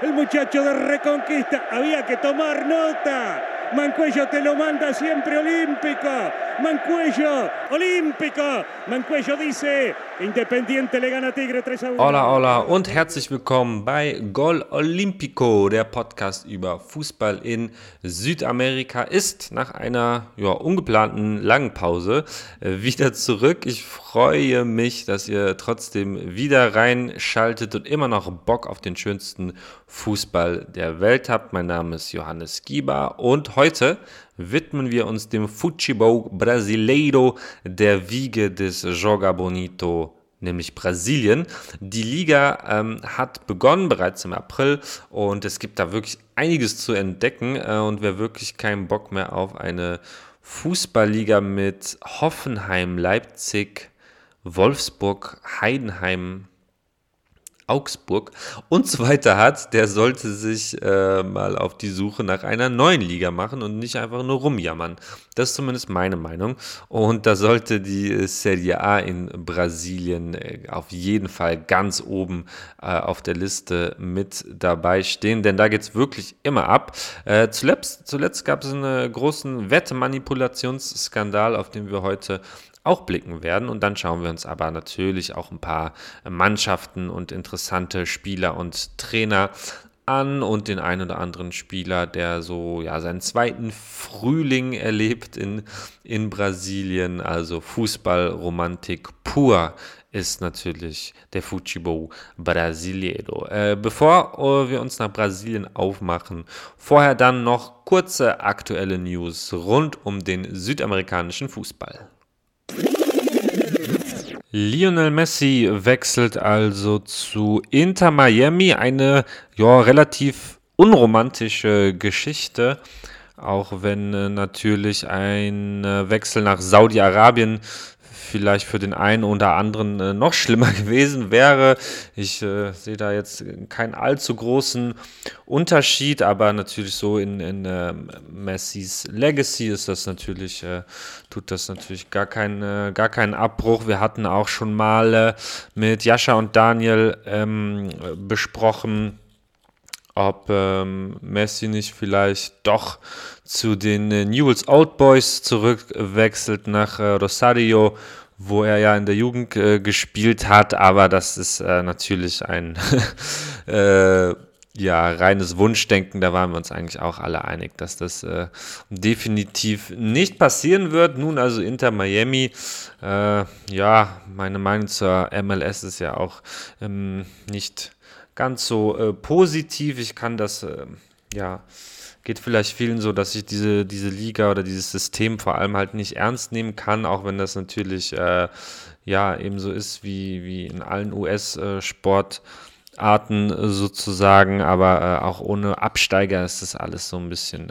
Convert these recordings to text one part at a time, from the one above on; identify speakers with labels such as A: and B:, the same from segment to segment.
A: el muchacho de Reconquista. Había que tomar nota. Mancuello te lo manda siempre Olímpico. Mancuello, Olímpico. Mancuello dice, Independiente le gana Tigre 3-1.
B: Hola, hola und herzlich willkommen bei Gol Olímpico, der Podcast über Fußball in Südamerika ist nach einer ungeplanten langen Pause wieder zurück. Ich freue mich, dass ihr trotzdem wieder reinschaltet und immer noch Bock auf den schönsten Fußball der Welt habt. Mein Name ist Johannes Giba und heute widmen wir uns dem Futebol Brasileiro, der Wiege des Joga Bonito, nämlich Brasilien. Die Liga hat begonnen bereits im April und es gibt da wirklich einiges zu entdecken und wer wirklich keinen Bock mehr auf eine Fußballliga mit Hoffenheim, Leipzig, Wolfsburg, Heidenheim, Augsburg und so weiter hat, der sollte sich mal auf die Suche nach einer neuen Liga machen und nicht einfach nur rumjammern. Das ist zumindest meine Meinung. Und da sollte die Serie A in Brasilien auf jeden Fall ganz oben auf der Liste mit dabei stehen, denn da geht es wirklich immer ab. Zuletzt gab es einen großen Wettmanipulationsskandal, auf den wir heute auch blicken werden und dann schauen wir uns aber natürlich auch ein paar Mannschaften und interessante Spieler und Trainer an und den einen oder anderen Spieler, der so seinen zweiten Frühling erlebt in Brasilien, also Fußballromantik pur ist natürlich der Futebol Brasileiro. Bevor wir uns nach Brasilien aufmachen, vorher dann noch kurze aktuelle News rund um den südamerikanischen Fußball. Lionel Messi wechselt also zu Inter Miami, eine relativ unromantische Geschichte, auch wenn natürlich ein Wechsel nach Saudi-Arabien vielleicht für den einen oder anderen noch schlimmer gewesen wäre. Ich sehe da jetzt keinen allzu großen Unterschied, aber natürlich so in Messis Legacy ist das natürlich, tut das natürlich gar keinen Abbruch. Wir hatten auch schon mal mit Jascha und Daniel besprochen, ob Messi nicht vielleicht doch zu den Newell's Old Boys zurückwechselt nach Rosario, wo er ja in der Jugend gespielt hat, aber das ist natürlich ein reines Wunschdenken, da waren wir uns eigentlich auch alle einig, dass das definitiv nicht passieren wird. Nun also Inter Miami, meine Meinung zur MLS ist ja auch nicht ganz so positiv. Ich kann das, geht vielleicht vielen so, dass ich diese Liga oder dieses System vor allem halt nicht ernst nehmen kann, auch wenn das natürlich ebenso ist wie in allen US-Sportarten sozusagen, aber auch ohne Absteiger ist das alles so ein bisschen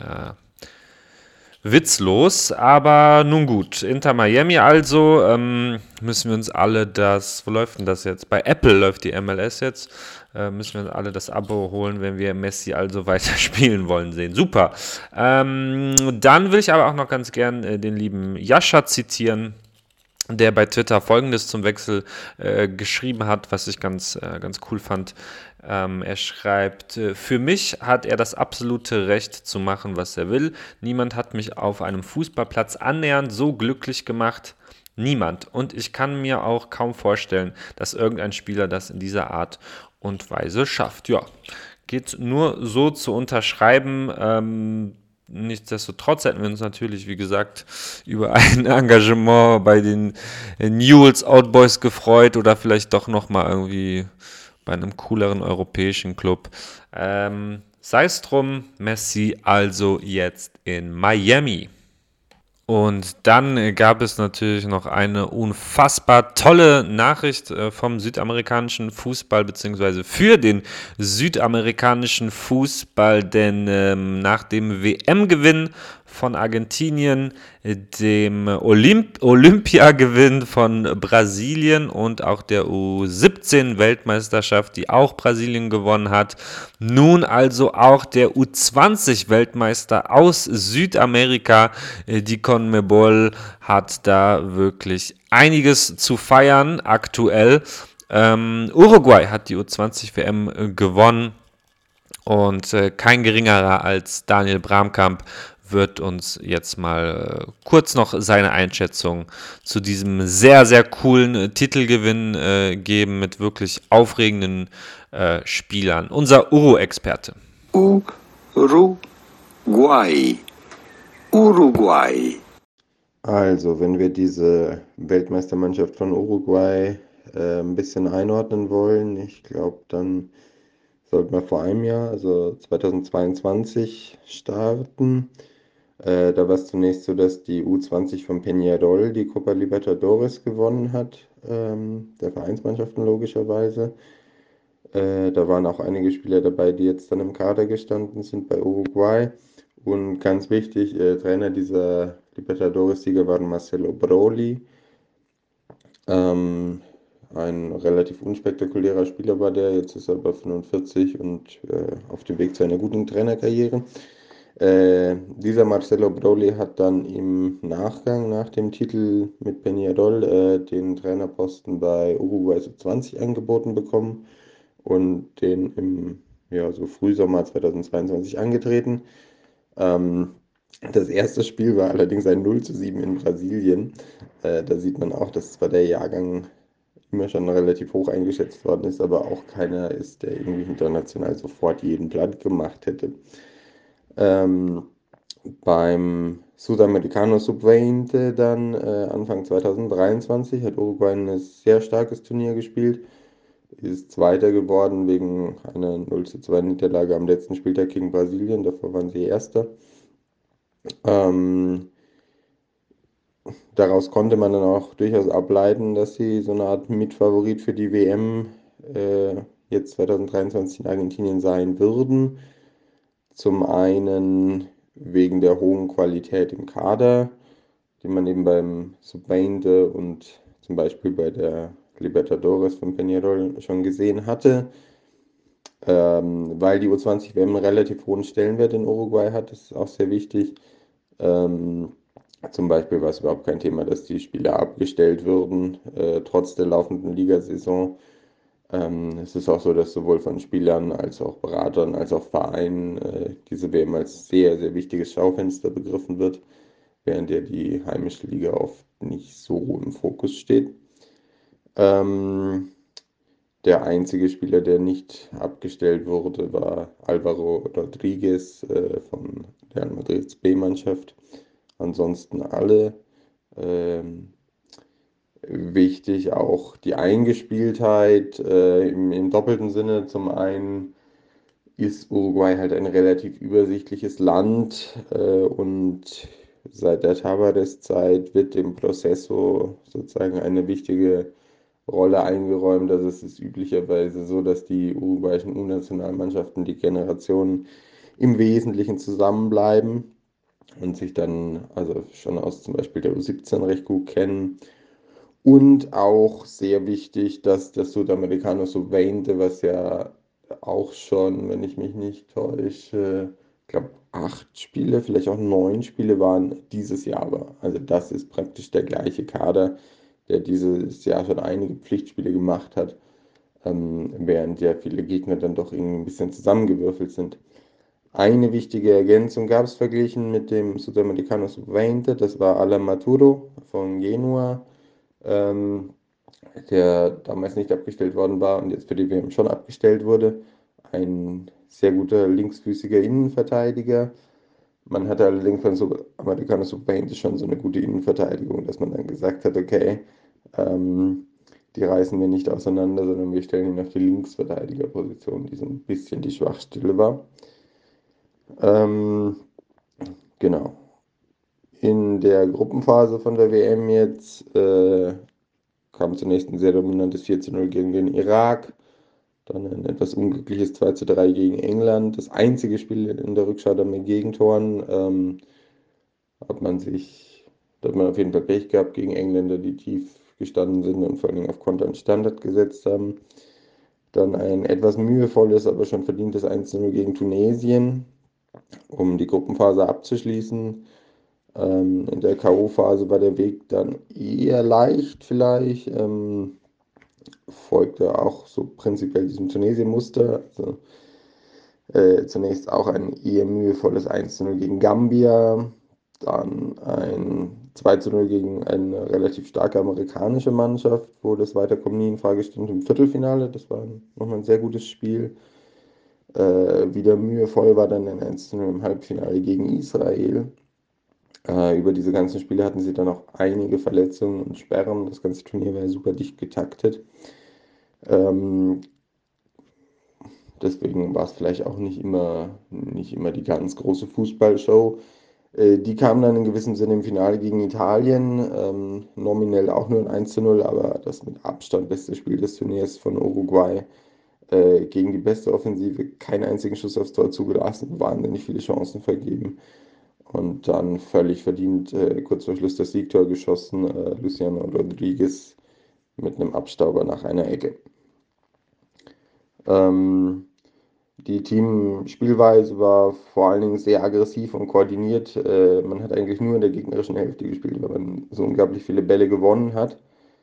B: witzlos, aber nun gut, Inter Miami also, müssen wir uns alle wo läuft denn das jetzt? Bei Apple läuft die MLS jetzt, müssen wir uns alle das Abo holen, wenn wir Messi also weiter spielen wollen sehen. Super. Dann will ich aber auch noch ganz gern den lieben Jascha zitieren, der bei Twitter Folgendes zum Wechsel geschrieben hat, was ich ganz cool fand. Er schreibt, für mich hat er das absolute Recht zu machen, was er will. Niemand hat mich auf einem Fußballplatz annähernd so glücklich gemacht. Niemand. Und ich kann mir auch kaum vorstellen, dass irgendein Spieler das in dieser Art und Weise schafft. Ja, geht nur so zu unterschreiben. Nichtsdestotrotz hätten wir uns natürlich, wie gesagt, über ein Engagement bei den Newell's Old Boys gefreut oder vielleicht doch nochmal irgendwie bei einem cooleren europäischen Club. Sei es drum, Messi also jetzt in Miami. Und dann gab es natürlich noch eine unfassbar tolle Nachricht vom südamerikanischen Fußball, beziehungsweise für den südamerikanischen Fußball, denn nach dem WM-Gewinn von Argentinien, dem Olympiagewinn von Brasilien und auch der U17-Weltmeisterschaft, die auch Brasilien gewonnen hat, nun also auch der U20-Weltmeister aus Südamerika, die CONMEBOL, hat da wirklich einiges zu feiern aktuell. Uruguay hat die U20-WM gewonnen. Und kein geringerer als Daniel Bramkamp wird uns jetzt mal kurz noch seine Einschätzung zu diesem sehr, sehr coolen Titelgewinn geben mit wirklich aufregenden Spielern. Unser Uro-Experte.
C: Uruguay. Uruguay.
D: Also, wenn wir diese Weltmeistermannschaft von Uruguay ein bisschen einordnen wollen, ich glaube, dann sollten wir vor einem Jahr, also 2022, starten. Da war es zunächst so, dass die U20 von Peñarol die Copa Libertadores gewonnen hat, der Vereinsmannschaften logischerweise. Da waren auch einige Spieler dabei, die jetzt dann im Kader gestanden sind bei Uruguay. Und ganz wichtig, Trainer dieser Libertadores-Sieger waren Marcelo Broly. Ein relativ unspektakulärer Spieler war der, jetzt ist er bei 45 und auf dem Weg zu einer guten Trainerkarriere. Dieser Marcelo Broly hat dann im Nachgang, nach dem Titel mit Peñarol, den Trainerposten bei Uruguay Sub-20 angeboten bekommen und den im so Frühsommer 2022 angetreten. Das erste Spiel war allerdings ein 0:7 in Brasilien. Da sieht man auch, dass zwar der Jahrgang immer schon relativ hoch eingeschätzt worden ist, aber auch keiner ist, der irgendwie international sofort jeden platt gemacht hätte. Beim Sudamericano Sub-20 dann Anfang 2023 hat Uruguay ein sehr starkes Turnier gespielt, ist Zweiter geworden wegen einer 0:2 Niederlage am letzten Spieltag gegen Brasilien, davor waren sie Erster. Daraus konnte man dann auch durchaus ableiten, dass sie so eine Art Mitfavorit für die WM jetzt 2023 in Argentinien sein würden. Zum einen wegen der hohen Qualität im Kader, die man eben beim Sub-20 und zum Beispiel bei der Libertadores von Peñarol schon gesehen hatte. Weil die U20-WM einen relativ hohen Stellenwert in Uruguay hat, das ist auch sehr wichtig. Zum Beispiel war es überhaupt kein Thema, dass die Spieler abgestellt würden, trotz der laufenden Ligasaison. Es ist auch so, dass sowohl von Spielern als auch Beratern als auch Vereinen diese WM als sehr, sehr wichtiges Schaufenster begriffen wird, während ja die heimische Liga oft nicht so im Fokus steht. Der einzige Spieler, der nicht abgestellt wurde, war Álvaro Rodríguez von Real Madrids B-Mannschaft. Ansonsten alle. Wichtig auch die Eingespieltheit im doppelten Sinne. Zum einen ist Uruguay halt ein relativ übersichtliches Land und seit der Tavares-Zeit wird dem Proceso sozusagen eine wichtige Rolle eingeräumt. Also es ist üblicherweise so, dass die uruguayischen U-Nationalmannschaften, die Generationen im Wesentlichen zusammenbleiben und sich dann also schon aus zum Beispiel der U17 recht gut kennen. Und auch sehr wichtig, dass das Sudamericano Sub-20, was ja auch schon, wenn ich mich nicht täusche, ich glaube 8 Spiele, vielleicht auch 9 Spiele waren dieses Jahr war. Also das ist praktisch der gleiche Kader, der dieses Jahr schon einige Pflichtspiele gemacht hat, während ja viele Gegner dann doch irgendwie ein bisschen zusammengewürfelt sind. Eine wichtige Ergänzung gab es verglichen mit dem Sudamericano Sub-20, das war Alan Maturo von Genua, der damals nicht abgestellt worden war und jetzt für die WM schon abgestellt wurde. Ein sehr guter linksfüßiger Innenverteidiger. Man hatte allerdings beim Sudamericano Sub-20 schon so eine gute Innenverteidigung, dass man dann gesagt hat, okay, die reißen wir nicht auseinander, sondern wir stellen ihn auf die Linksverteidigerposition, die so ein bisschen die Schwachstelle war. Genau. In der Gruppenphase von der WM jetzt kam zunächst ein sehr dominantes 4:0 gegen den Irak, dann ein etwas unglückliches 2:3 gegen England. Das einzige Spiel in der Rückschau dann mit Gegentoren hat man auf jeden Fall Pech gehabt gegen Engländer, die tief gestanden sind und vor allem auf Konter und Standard gesetzt haben. Dann ein etwas mühevolles, aber schon verdientes 1:0 gegen Tunesien, um die Gruppenphase abzuschließen. In der K.O.-Phase war der Weg dann eher leicht vielleicht, folgte auch so prinzipiell diesem Tunesien-Muster. Also, Zunächst auch ein eher mühevolles 1:0 gegen Gambia, dann ein 2:0 gegen eine relativ starke amerikanische Mannschaft, wo das Weiterkommen nie in Frage stand im Viertelfinale. Das war nochmal ein sehr gutes Spiel. Wieder mühevoll war dann ein 1:0 im Halbfinale gegen Israel. Über diese ganzen Spiele hatten sie dann auch einige Verletzungen und Sperren. Das ganze Turnier war ja super dicht getaktet. Ähm, Deswegen war es vielleicht auch nicht immer die ganz große Fußballshow. Die kam dann in gewissem Sinne im Finale gegen Italien, nominell auch nur ein 1:0, aber das mit Abstand beste Spiel des Turniers von Uruguay, gegen die beste Offensive, keinen einzigen Schuss aufs Tor zugelassen, wahnsinnig viele Chancen vergeben und dann völlig verdient kurz vor Schluss das Siegtor geschossen, Luciano Rodriguez mit einem Abstauber nach einer Ecke. Ähm, Die Teamspielweise war vor allen Dingen sehr aggressiv und koordiniert. Man hat eigentlich nur in der gegnerischen Hälfte gespielt, weil man so unglaublich viele Bälle gewonnen hat.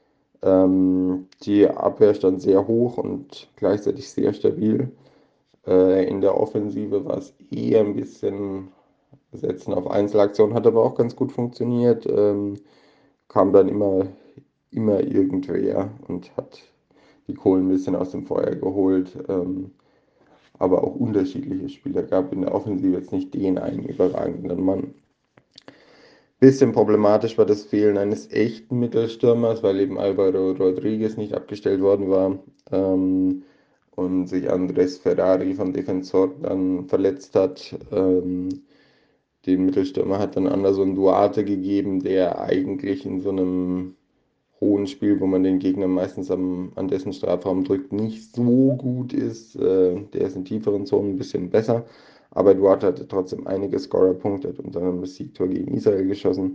D: Die Abwehr stand sehr hoch und gleichzeitig sehr stabil. In der Offensive war es eher ein bisschen Setzen auf Einzelaktionen, hat aber auch ganz gut funktioniert. Kam dann immer irgendwer und hat die Kohlen ein bisschen aus dem Feuer geholt. Aber auch unterschiedliche Spieler gab in der Offensive jetzt nicht den einen überragenden Mann. Bisschen problematisch war das Fehlen eines echten Mittelstürmers, weil eben Álvaro Rodriguez nicht abgestellt worden war und sich Andrés Ferrari von Defensor dann verletzt hat. Den Mittelstürmer hat dann Anderson Duarte gegeben, der eigentlich in so einem hohen Spiel, wo man den Gegner meistens an dessen Strafraum drückt, nicht so gut ist. Der ist in tieferen Zonen ein bisschen besser, aber Duarte hatte trotzdem einige Scorerpunkte, hat unter anderem das Siegtor gegen Israel geschossen.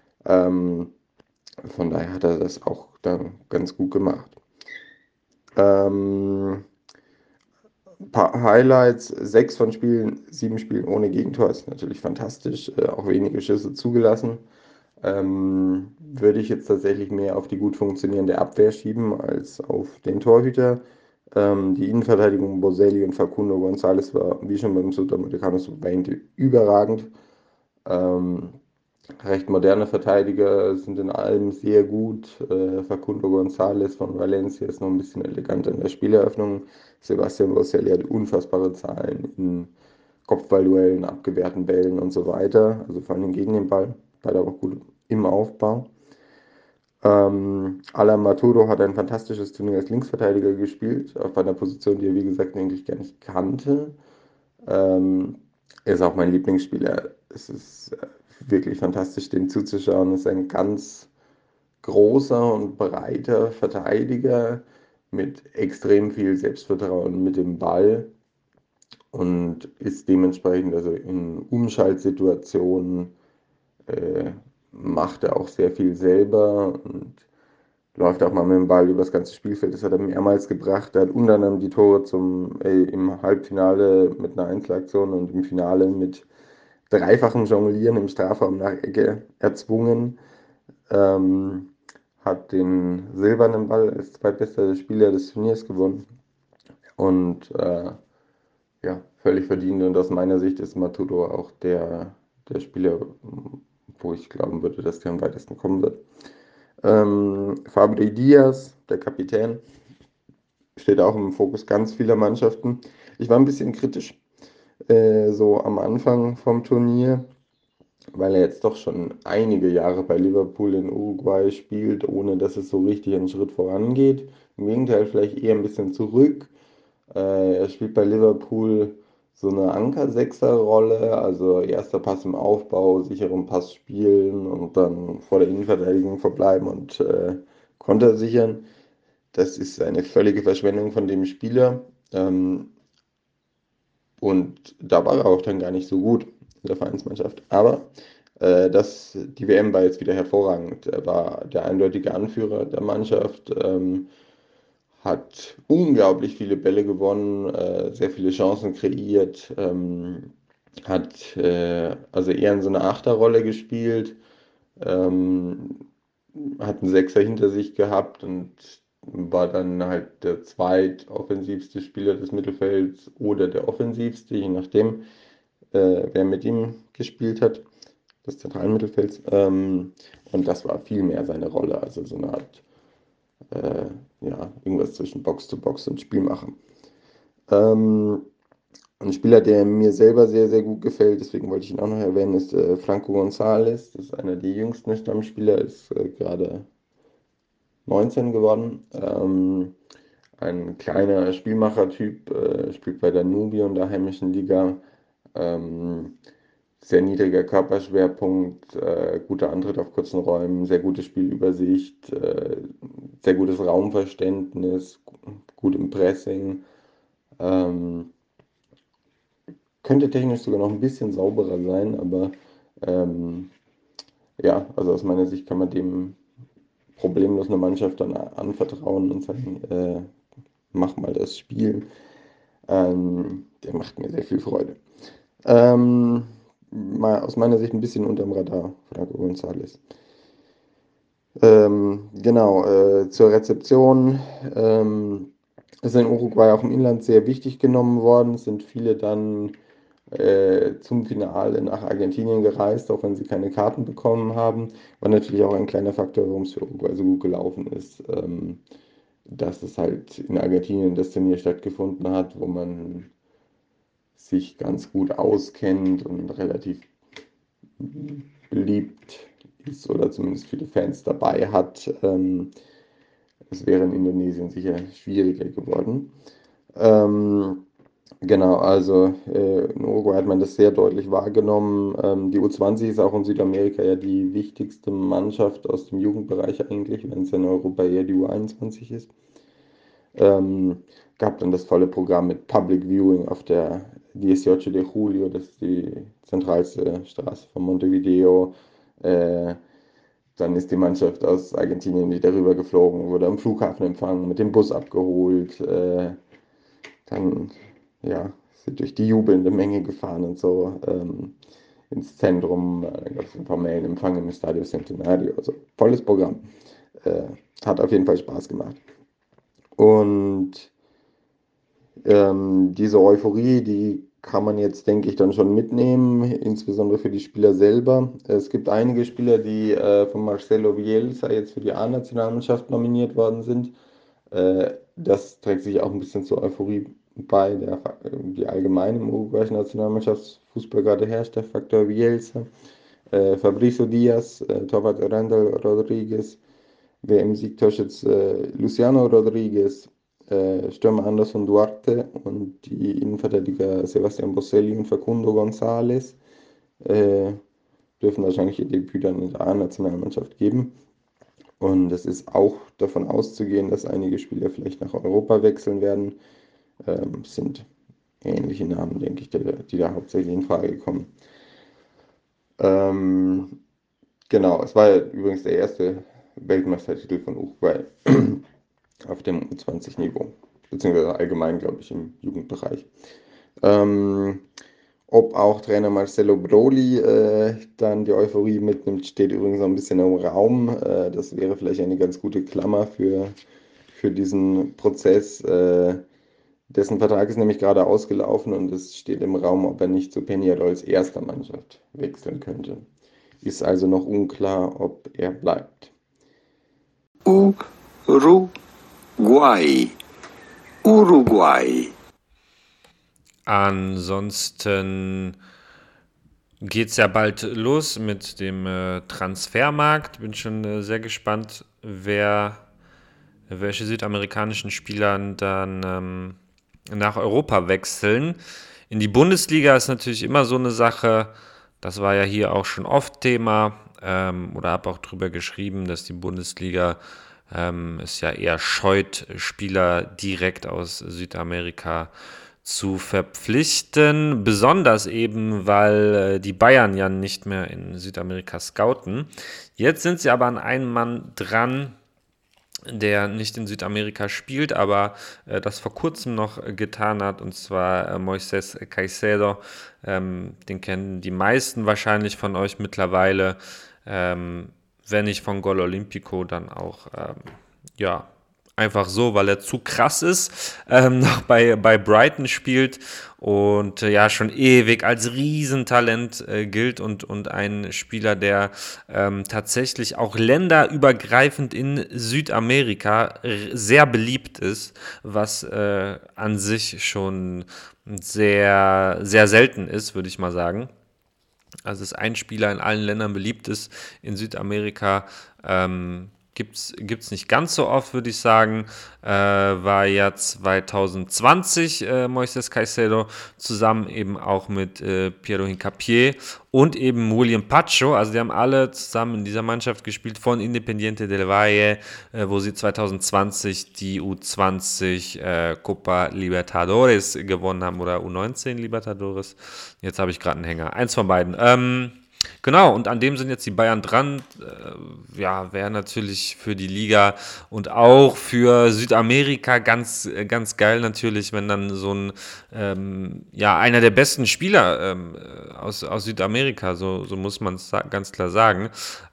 D: Von daher hat er das auch dann ganz gut gemacht. Ein paar Highlights, 6 von Spielen, 7 Spielen ohne Gegentor ist natürlich fantastisch, auch wenige Schüsse zugelassen. Würde ich jetzt tatsächlich mehr auf die gut funktionierende Abwehr schieben als auf den Torhüter. Die Innenverteidigung Boselli und Facundo González war, wie schon beim Sudamericano Sub-20, überragend. Recht moderne Verteidiger sind in allem sehr gut. Facundo González von Valencia ist noch ein bisschen eleganter in der Spieleröffnung. Sebastian Boselli hat unfassbare Zahlen in Kopfballduellen, abgewehrten Bällen und so weiter. Also vor allem gegen den Ball, beide auch gut im Aufbau. Alan Maturo hat ein fantastisches Turnier als Linksverteidiger gespielt, auf einer Position, die er wie gesagt eigentlich gar nicht kannte. Er ist auch mein Lieblingsspieler. Es ist wirklich fantastisch, dem zuzuschauen. Es ist ein ganz großer und breiter Verteidiger mit extrem viel Selbstvertrauen mit dem Ball und ist dementsprechend, also in Umschaltsituationen, macht er auch sehr viel selber und läuft auch mal mit dem Ball über das ganze Spielfeld. Das hat er mehrmals gebracht. Er hat unter anderem die Tore im Halbfinale mit einer Einzelaktion und im Finale mit dreifachem Jonglieren im Strafraum nach Ecke erzwungen. Hat den silbernen Ball als zweitbester Spieler des Turniers gewonnen. Und ja, völlig verdient. Und aus meiner Sicht ist Maturo auch der Spieler, wo ich glauben würde, dass der am weitesten kommen wird. Fabri Diaz, der Kapitän, steht auch im Fokus ganz vieler Mannschaften. Ich war ein bisschen kritisch, so am Anfang vom Turnier, weil er jetzt doch schon einige Jahre bei Liverpool in Uruguay spielt, ohne dass es so richtig einen Schritt vorangeht. Im Gegenteil, vielleicht eher ein bisschen zurück. Er spielt bei Liverpool so eine Anker-Sechser-Rolle, also erster Pass im Aufbau, sicheren Pass spielen und dann vor der Innenverteidigung verbleiben und Konter sichern. Das ist eine völlige Verschwendung von dem Spieler. Und da war er auch dann gar nicht so gut in der Vereinsmannschaft. Aber die WM war jetzt wieder hervorragend. Er war der eindeutige Anführer der Mannschaft. Hat unglaublich viele Bälle gewonnen, sehr viele Chancen kreiert, hat also eher in so einer Achterrolle gespielt, hat einen Sechser hinter sich gehabt und war dann halt der zweitoffensivste Spieler des Mittelfelds oder der offensivste, je nachdem, wer mit ihm gespielt hat, des zentralen Mittelfelds. Und das war viel mehr seine Rolle, also so eine Art, ja, irgendwas zwischen Box to Box und Spielmacher. Ähm, ein Spieler, der mir selber sehr, sehr gut gefällt, deswegen wollte ich ihn auch noch erwähnen, ist Franco González. Das ist einer der jüngsten Stammspieler, ist gerade 19 geworden. Ein kleiner Spielmachertyp, spielt bei der Nubion, der heimischen Liga. Ähm, Sehr niedriger Körperschwerpunkt, guter Antritt auf kurzen Räumen, sehr gute Spielübersicht, sehr gutes Raumverständnis, gut im Pressing. Ähm, Könnte technisch sogar noch ein bisschen sauberer sein, aber ähm, ja, also aus meiner Sicht kann man dem problemlos eine Mannschaft dann anvertrauen und sagen, mach mal das Spiel. Der macht mir sehr viel Freude. Ähm, Mal aus meiner Sicht ein bisschen unterm Radar, Franco González. Genau, zur Rezeption. Ist in Uruguay auch im Inland sehr wichtig genommen worden. Es sind viele dann zum Finale nach Argentinien gereist, auch wenn sie keine Karten bekommen haben. War natürlich auch ein kleiner Faktor, warum es für Uruguay so gut gelaufen ist, dass es halt in Argentinien das Turnier stattgefunden hat, wo man sich ganz gut auskennt und relativ beliebt ist oder zumindest viele Fans dabei hat. Es wäre in Indonesien sicher schwieriger geworden. Genau, also in Uruguay hat man das sehr deutlich wahrgenommen. Die U20 ist auch in Südamerika ja die wichtigste Mannschaft aus dem Jugendbereich eigentlich, wenn es in Europa eher die U21 ist. Ähm, Gab dann das volle Programm mit Public Viewing auf der 18 de Julio, das ist die zentralste Straße von Montevideo. Äh, Dann ist die Mannschaft aus Argentinien wieder rüber geflogen, wurde am Flughafen empfangen, mit dem Bus abgeholt. Dann ja, sind durch die jubelnde Menge gefahren und so ins Zentrum. Dann gab es einen formellen Empfang im Estadio Centenario. Also volles Programm. Äh, Hat auf jeden Fall Spaß gemacht. Und diese Euphorie, die kann man jetzt, denke ich, dann schon mitnehmen, insbesondere für die Spieler selber. Es gibt einige Spieler, die von Marcelo Bielsa jetzt für die A-Nationalmannschaft nominiert worden sind. Das trägt sich auch ein bisschen zur Euphorie bei, die allgemein im uruguayischen Nationalmannschaftsfußball gerade herrscht, der Faktor Bielsa. Fabrizio Diaz, Torwart Randall Rodriguez, wer im Siegtorschütz Luciano Rodriguez, Stürmer Anderson Duarte und die Innenverteidiger Sebastian Boselli und Facundo González dürfen wahrscheinlich ihr Debüt dann in der A-Nationalmannschaft geben. Und es ist auch davon auszugehen, dass einige Spieler vielleicht nach Europa wechseln werden. Es sind ähnliche Namen, denke ich, die da hauptsächlich in Frage kommen. Genau, es war ja übrigens der erste Weltmeistertitel von Uruguay auf dem U20-Niveau, beziehungsweise allgemein, glaube ich, im Jugendbereich. Ob auch Trainer Marcelo Broly dann die Euphorie mitnimmt, steht übrigens noch ein bisschen im Raum. Das wäre vielleicht eine ganz gute Klammer für diesen Prozess. Dessen Vertrag ist nämlich gerade ausgelaufen und es steht im Raum, ob er nicht zu Peñarols erster Mannschaft wechseln könnte. Ist also noch unklar, ob er bleibt.
C: Uruguay. Uruguay.
B: Ansonsten geht es ja bald los mit dem Transfermarkt. Bin schon sehr gespannt, welche südamerikanischen Spieler dann nach Europa wechseln. In die Bundesliga ist natürlich immer so eine Sache, das war ja hier auch schon oft Thema, oder habe auch drüber geschrieben, dass die Bundesliga es ja eher scheut, Spieler direkt aus Südamerika zu verpflichten, besonders eben, weil die Bayern ja nicht mehr in Südamerika scouten. Jetzt sind sie aber an einem Mann dran, der nicht in Südamerika spielt, aber das vor kurzem noch getan hat, und zwar Moisés Caicedo. Den kennen die meisten wahrscheinlich von euch mittlerweile, wenn nicht von Gol Olímpico, dann auch einfach so, weil er zu krass ist, noch bei Brighton spielt und ja schon ewig als Riesentalent gilt und ein Spieler, der tatsächlich auch länderübergreifend in Südamerika sehr beliebt ist, was an sich schon sehr, sehr selten ist, würde ich mal sagen. Also dass ein Spieler in allen Ländern beliebt ist, in Südamerika gibt's nicht ganz so oft, würde ich sagen. War ja 2020 Moises Caicedo zusammen eben auch mit Piero Hincapié und eben William Pacho. Also die haben alle zusammen in dieser Mannschaft gespielt von Independiente del Valle, wo sie 2020 die U20 Copa Libertadores gewonnen haben oder U19 Libertadores. Jetzt habe ich gerade einen Hänger. Eins von beiden. Genau, und an dem sind jetzt die Bayern dran. Ja, wäre natürlich für die Liga und auch für Südamerika ganz, ganz geil natürlich, wenn dann so ein, ja, einer der besten Spieler aus Südamerika, so muss man es ganz klar sagen,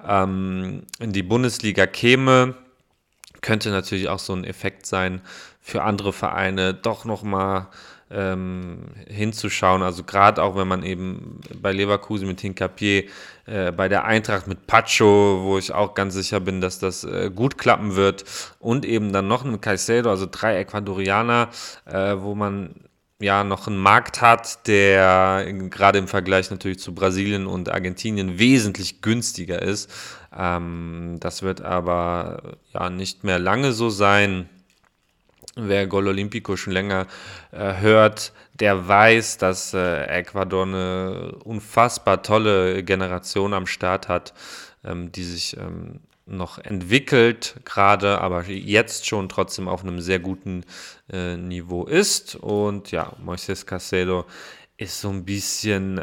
B: in die Bundesliga käme. Könnte natürlich auch so ein Effekt sein für andere Vereine, doch nochmal hinzuschauen. Also gerade auch, wenn man eben bei Leverkusen mit Hincapié, bei der Eintracht mit Pacho, wo ich auch ganz sicher bin, dass das gut klappen wird, und eben dann noch ein Caicedo, also 3 Ecuadorianer, wo man ja noch einen Markt hat, der gerade im Vergleich natürlich zu Brasilien und Argentinien wesentlich günstiger ist. Das wird aber ja nicht mehr lange so sein. Wer Gol Olímpico schon länger hört, der weiß, dass Ecuador eine unfassbar tolle Generation am Start hat, die sich noch entwickelt, gerade, aber jetzt schon trotzdem auf einem sehr guten Niveau ist. Und ja, Moises Caicedo ist so ein bisschen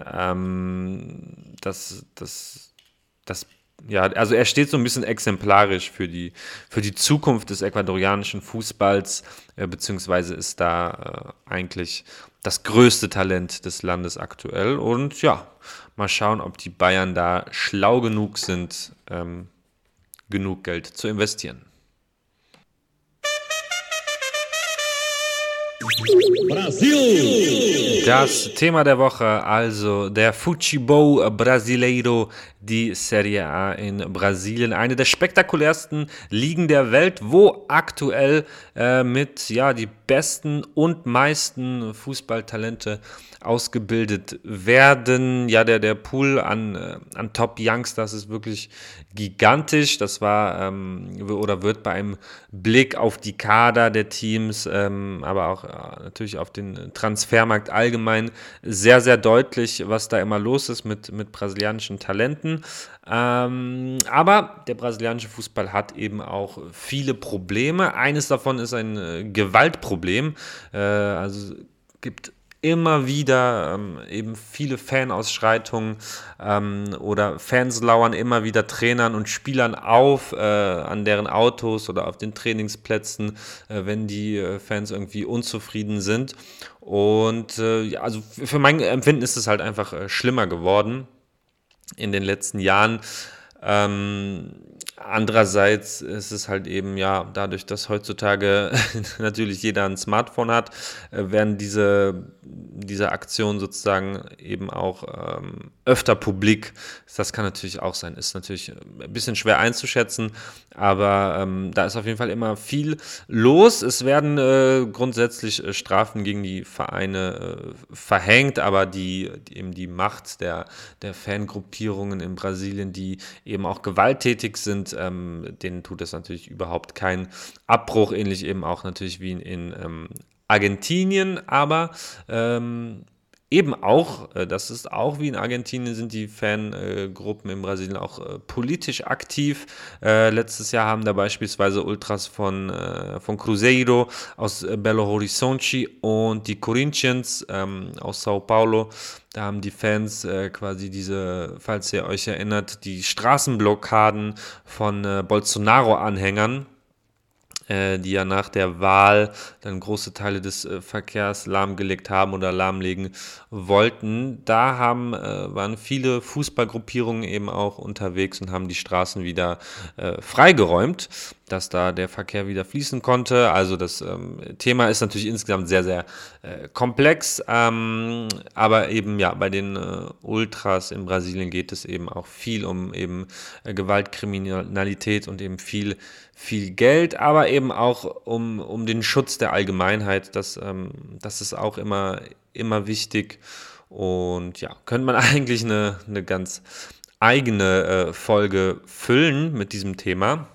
B: ja, also er steht so ein bisschen exemplarisch für die Zukunft des ecuadorianischen Fußballs, beziehungsweise ist da eigentlich das größte Talent des Landes aktuell. Und ja, mal schauen, ob die Bayern da schlau genug sind, genug Geld zu investieren. Brasil! Das Thema der Woche, also der Futebol Brasileiro, die Serie A in Brasilien, eine der spektakulärsten Ligen der Welt, wo aktuell mit die besten und meisten Fußballtalente ausgebildet werden. Ja, der Pool an Top-Youngsters ist wirklich gigantisch. Das war oder wird bei einem Blick auf die Kader der Teams, aber auch natürlich auf den Transfermarkt allgemein sehr, sehr deutlich, was da immer los ist mit brasilianischen Talenten. Aber der brasilianische Fußball hat eben auch viele Probleme. Eines davon ist ein Gewaltproblem. Also gibt immer wieder eben viele Fanausschreitungen oder Fans lauern immer wieder Trainern und Spielern auf an deren Autos oder auf den Trainingsplätzen, wenn die Fans irgendwie unzufrieden sind. Und also für mein Empfinden ist es halt einfach schlimmer geworden in den letzten Jahren. Andererseits ist es halt eben, ja, dadurch, dass heutzutage natürlich jeder ein Smartphone hat, werden diese Aktionen sozusagen eben auch öfter publik. Das kann natürlich auch sein, ist natürlich ein bisschen schwer einzuschätzen, aber da ist auf jeden Fall immer viel los. Es werden grundsätzlich Strafen gegen die Vereine verhängt, aber eben die Macht der Fangruppierungen in Brasilien, die eben auch gewalttätig sind, denen tut es natürlich überhaupt keinen Abbruch, ähnlich eben auch natürlich wie in Argentinien, aber eben auch, das ist auch wie in Argentinien, sind die Fangruppen in Brasilien auch politisch aktiv. Letztes Jahr haben da beispielsweise Ultras von Cruzeiro aus Belo Horizonte und die Corinthians aus Sao Paulo, da haben die Fans quasi diese, falls ihr euch erinnert, die Straßenblockaden von Bolsonaro-Anhängern, die ja nach der Wahl dann große Teile des Verkehrs lahmgelegt haben oder lahmlegen wollten. Da waren viele Fußballgruppierungen eben auch unterwegs und haben die Straßen wieder freigeräumt. dass da der Verkehr wieder fließen konnte. Also das Thema ist natürlich insgesamt sehr, sehr komplex, aber eben ja, bei den Ultras in Brasilien geht es eben auch viel um eben Gewaltkriminalität und eben viel Geld, aber eben auch um den Schutz der Allgemeinheit. Das ist auch immer wichtig. Und ja, könnte man eigentlich eine ganz eigene Folge füllen mit diesem Thema.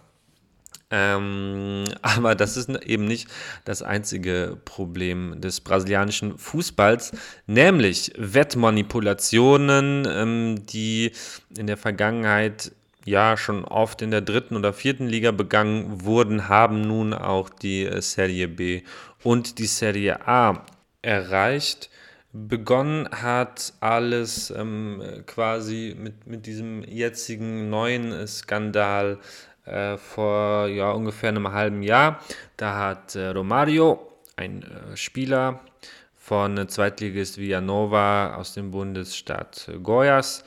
B: Aber das ist eben nicht das einzige Problem des brasilianischen Fußballs, nämlich Wettmanipulationen, die in der Vergangenheit ja schon oft in der 3. oder 4. Liga begangen wurden, haben nun auch die Serie B und die Serie A erreicht. Begonnen hat alles quasi mit diesem jetzigen neuen Skandal vor ungefähr einem halben Jahr. Da hat Romário, ein Spieler von Zweitligist Villanova aus dem Bundesstaat Goiás,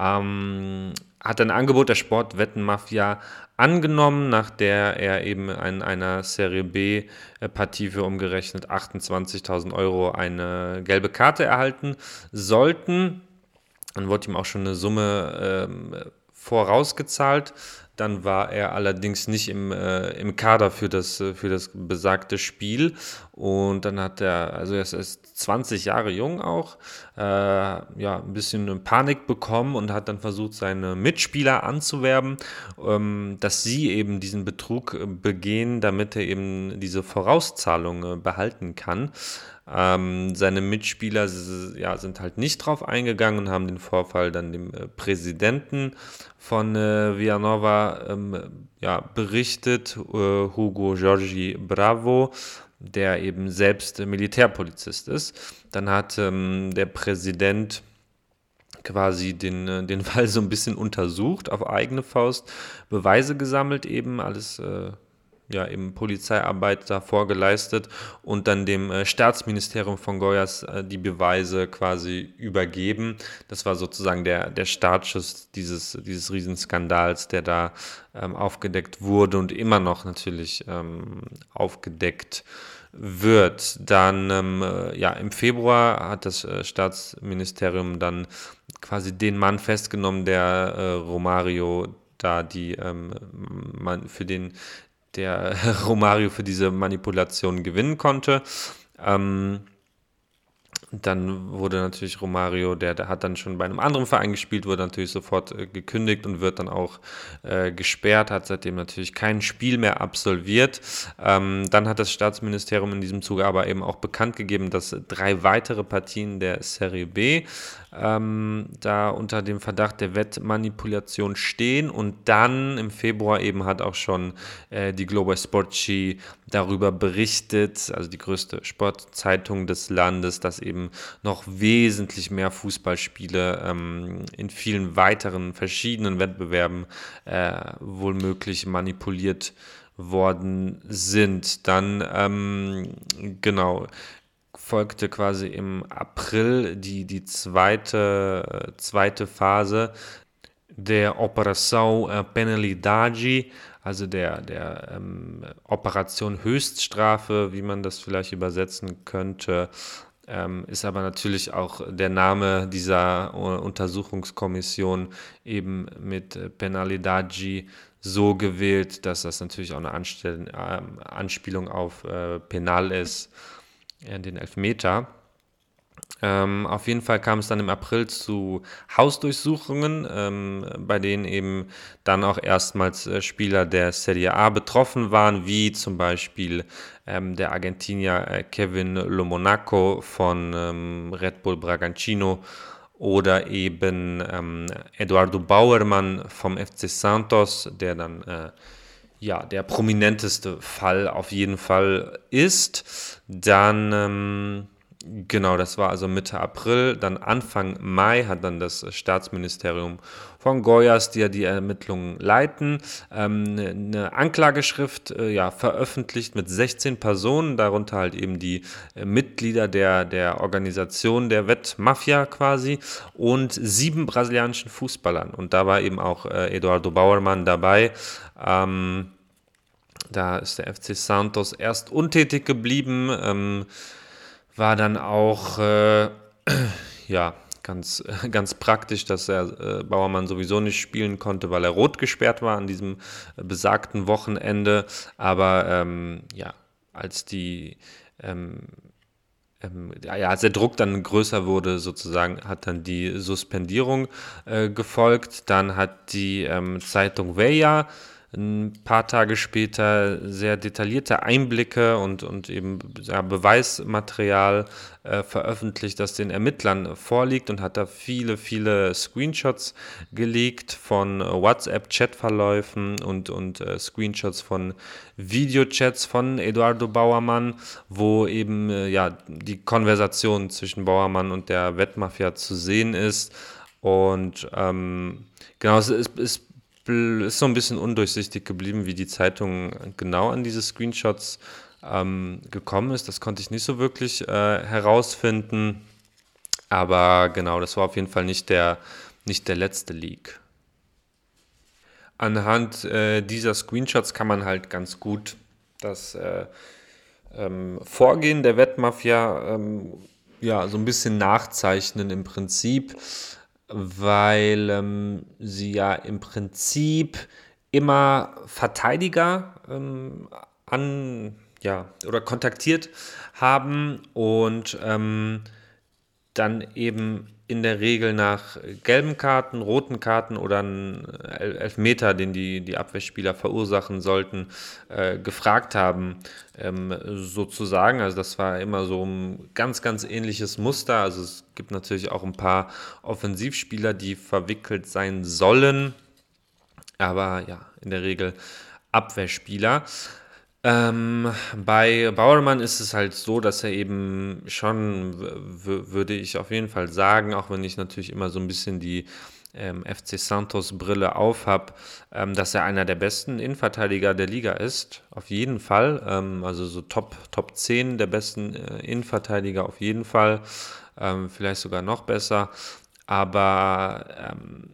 B: hat ein Angebot der Sportwettenmafia angenommen, nach der er eben in einer Serie B-Partie für umgerechnet 28.000 Euro eine gelbe Karte erhalten sollten. Dann wurde ihm auch schon eine Summe vorausgezahlt. Dann war er allerdings nicht im Kader für das besagte Spiel. Und dann hat er ist 20 Jahre jung auch, ein bisschen Panik bekommen und hat dann versucht, seine Mitspieler anzuwerben, dass sie eben diesen Betrug begehen, damit er eben diese Vorauszahlung behalten kann. Seine Mitspieler sind halt nicht drauf eingegangen und haben den Vorfall dann dem Präsidenten von Villanova berichtet, Hugo Jorge Bravo, der eben selbst Militärpolizist ist. Dann hat der Präsident quasi den Fall so ein bisschen untersucht, auf eigene Faust, Beweise gesammelt, eben alles eben Polizeiarbeit davor geleistet und dann dem Staatsministerium von Goiás die Beweise quasi übergeben. Das war sozusagen der Startschuss dieses Riesenskandals, der da aufgedeckt wurde und immer noch natürlich aufgedeckt wird. Dann im Februar hat das Staatsministerium dann quasi den Mann festgenommen, der Romário da der Romário für diese Manipulation gewinnen konnte. Dann wurde natürlich Romário, der hat dann schon bei einem anderen Verein gespielt, wurde natürlich sofort gekündigt und wird dann auch gesperrt, hat seitdem natürlich kein Spiel mehr absolviert. Dann hat das Staatsministerium in diesem Zuge aber eben auch bekannt gegeben, dass 3 weitere Partien der Serie B da unter dem Verdacht der Wettmanipulation stehen, und dann im Februar eben hat auch schon die Globo Esporte darüber berichtet, also die größte Sportzeitung des Landes, dass eben noch wesentlich mehr Fußballspiele in vielen weiteren verschiedenen Wettbewerben wohl manipuliert worden sind. Dann folgte quasi im April die zweite Phase der Operação Penalidade, also der Operation Höchststrafe, wie man das vielleicht übersetzen könnte, ist aber natürlich auch der Name dieser Untersuchungskommission eben mit Penalidade so gewählt, dass das natürlich auch eine Anspielung auf Penal ist, den Elfmeter. Auf jeden Fall kam es dann im April zu Hausdurchsuchungen, bei denen eben dann auch erstmals Spieler der Serie A betroffen waren, wie zum Beispiel der Argentinier Kevin Lomonaco von Red Bull Bragantino oder eben Eduardo Bauermann vom FC Santos, der dann der prominenteste Fall auf jeden Fall ist. Dann das war also Mitte April. Dann Anfang Mai hat dann das Staatsministerium von Goiás, die ja die Ermittlungen leiten, eine Anklageschrift veröffentlicht mit 16 Personen, darunter halt eben die Mitglieder der Organisation der Wettmafia quasi und 7 brasilianischen Fußballern. Und da war eben auch Eduardo Bauermann dabei. Da ist der FC Santos erst untätig geblieben, war dann auch ja, ganz praktisch, dass er Bauermann sowieso nicht spielen konnte, weil er rot gesperrt war an diesem besagten Wochenende. Aber ja, als als der Druck dann größer wurde, sozusagen, hat dann die Suspendierung gefolgt. Dann hat die Zeitung Veja ein paar Tage später sehr detaillierte Einblicke und eben Beweismaterial veröffentlicht, das den Ermittlern vorliegt, und hat da viele Screenshots geleakt von WhatsApp-Chatverläufen und Screenshots von Videochats von Eduardo Bauermann, wo eben die Konversation zwischen Bauermann und der Wettmafia zu sehen ist. Und genau, es ist so ein bisschen undurchsichtig geblieben, wie die Zeitung genau an diese Screenshots gekommen ist. Das konnte ich nicht so wirklich herausfinden. Aber genau, das war auf jeden Fall nicht der letzte Leak. Anhand dieser Screenshots kann man halt ganz gut das Vorgehen der Wettmafia so ein bisschen nachzeichnen im Prinzip, weil sie ja im Prinzip immer Verteidiger oder kontaktiert haben und dann eben in der Regel nach gelben Karten, roten Karten oder einen Elfmeter, den die Abwehrspieler verursachen sollten, gefragt haben, sozusagen. Also das war immer so ein ganz ähnliches Muster. Also es gibt natürlich auch ein paar Offensivspieler, die verwickelt sein sollen, aber ja, in der Regel Abwehrspieler. Bei Bauermann ist es halt so, dass er eben schon, würde ich auf jeden Fall sagen, auch wenn ich natürlich immer so ein bisschen die FC Santos Brille auf habe, dass er einer der besten Innenverteidiger der Liga ist, auf jeden Fall, also so Top 10 der besten Innenverteidiger auf jeden Fall, vielleicht sogar noch besser, aber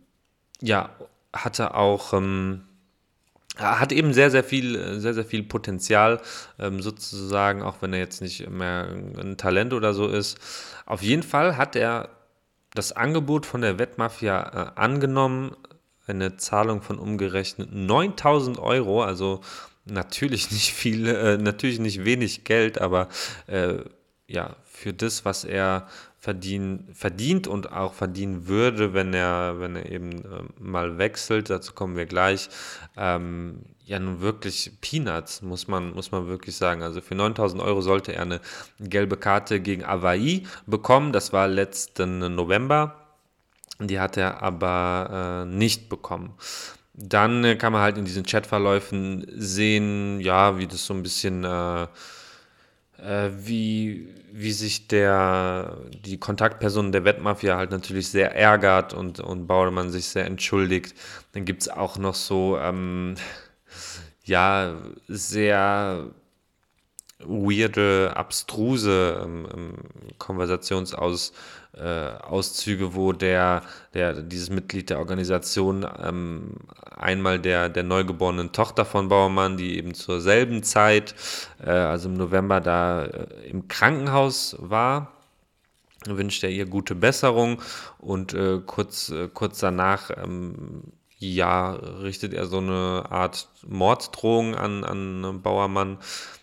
B: hatte auch hat eben sehr viel Potenzial, sozusagen, auch wenn er jetzt nicht mehr ein Talent oder so ist. Auf jeden Fall hat er das Angebot von der Wettmafia angenommen, eine Zahlung von umgerechnet 9.000 Euro, also natürlich nicht viel, natürlich nicht wenig Geld, aber für das, was er verdient und auch verdienen würde, wenn er eben mal wechselt, dazu kommen wir gleich, nun wirklich Peanuts, muss man wirklich sagen. Also für 9.000 Euro sollte er eine gelbe Karte gegen Avaí bekommen, das war letzten November, die hat er aber nicht bekommen. Dann kann man halt in diesen Chatverläufen sehen, wie das so ein bisschen wie sich die Kontaktperson der Wettmafia halt natürlich sehr ärgert und Bauermann sich sehr entschuldigt. Dann gibt es auch noch so sehr weirde, abstruse Konversationsauszüge, wo dieses Mitglied der Organisation einmal der neugeborenen Tochter von Bauermann, die eben zur selben Zeit, also im November, da im Krankenhaus war, wünscht er ihr gute Besserung, und kurz danach richtet er so eine Art Morddrohung an Bauermann.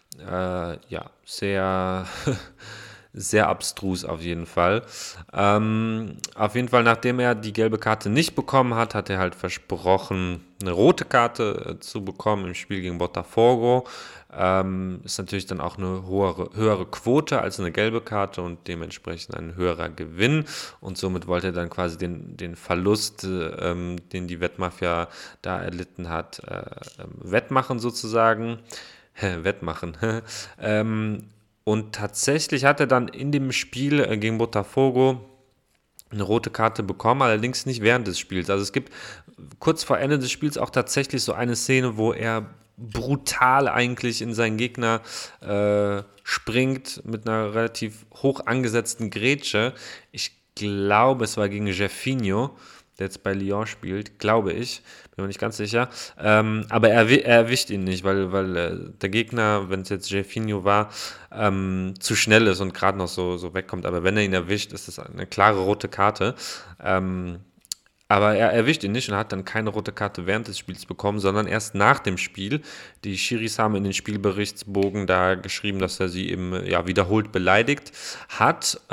B: Sehr sehr abstrus auf jeden Fall. Auf jeden Fall, nachdem er die gelbe Karte nicht bekommen hat, hat er halt versprochen, eine rote Karte zu bekommen im Spiel gegen Botafogo. Ist natürlich dann auch eine höhere Quote als eine gelbe Karte und dementsprechend ein höherer Gewinn. Und somit wollte er dann quasi den Verlust, den die Wettmafia da erlitten hat, wettmachen sozusagen. Wettmachen. Und tatsächlich hat er dann in dem Spiel gegen Botafogo eine rote Karte bekommen, allerdings nicht während des Spiels. Also es gibt kurz vor Ende des Spiels auch tatsächlich so eine Szene, wo er brutal eigentlich in seinen Gegner springt mit einer relativ hoch angesetzten Grätsche. Ich glaube, es war gegen Jefinho, der jetzt bei Lyon spielt, glaube ich, bin mir nicht ganz sicher. Aber er erwischt ihn nicht, weil der Gegner, wenn es jetzt Gervinho war, zu schnell ist und gerade noch so wegkommt. Aber wenn er ihn erwischt, ist das eine klare rote Karte. Aber er erwischt ihn nicht und hat dann keine rote Karte während des Spiels bekommen, sondern erst nach dem Spiel. Die Schiris haben in den Spielberichtsbogen da geschrieben, dass er sie eben wiederholt beleidigt hat.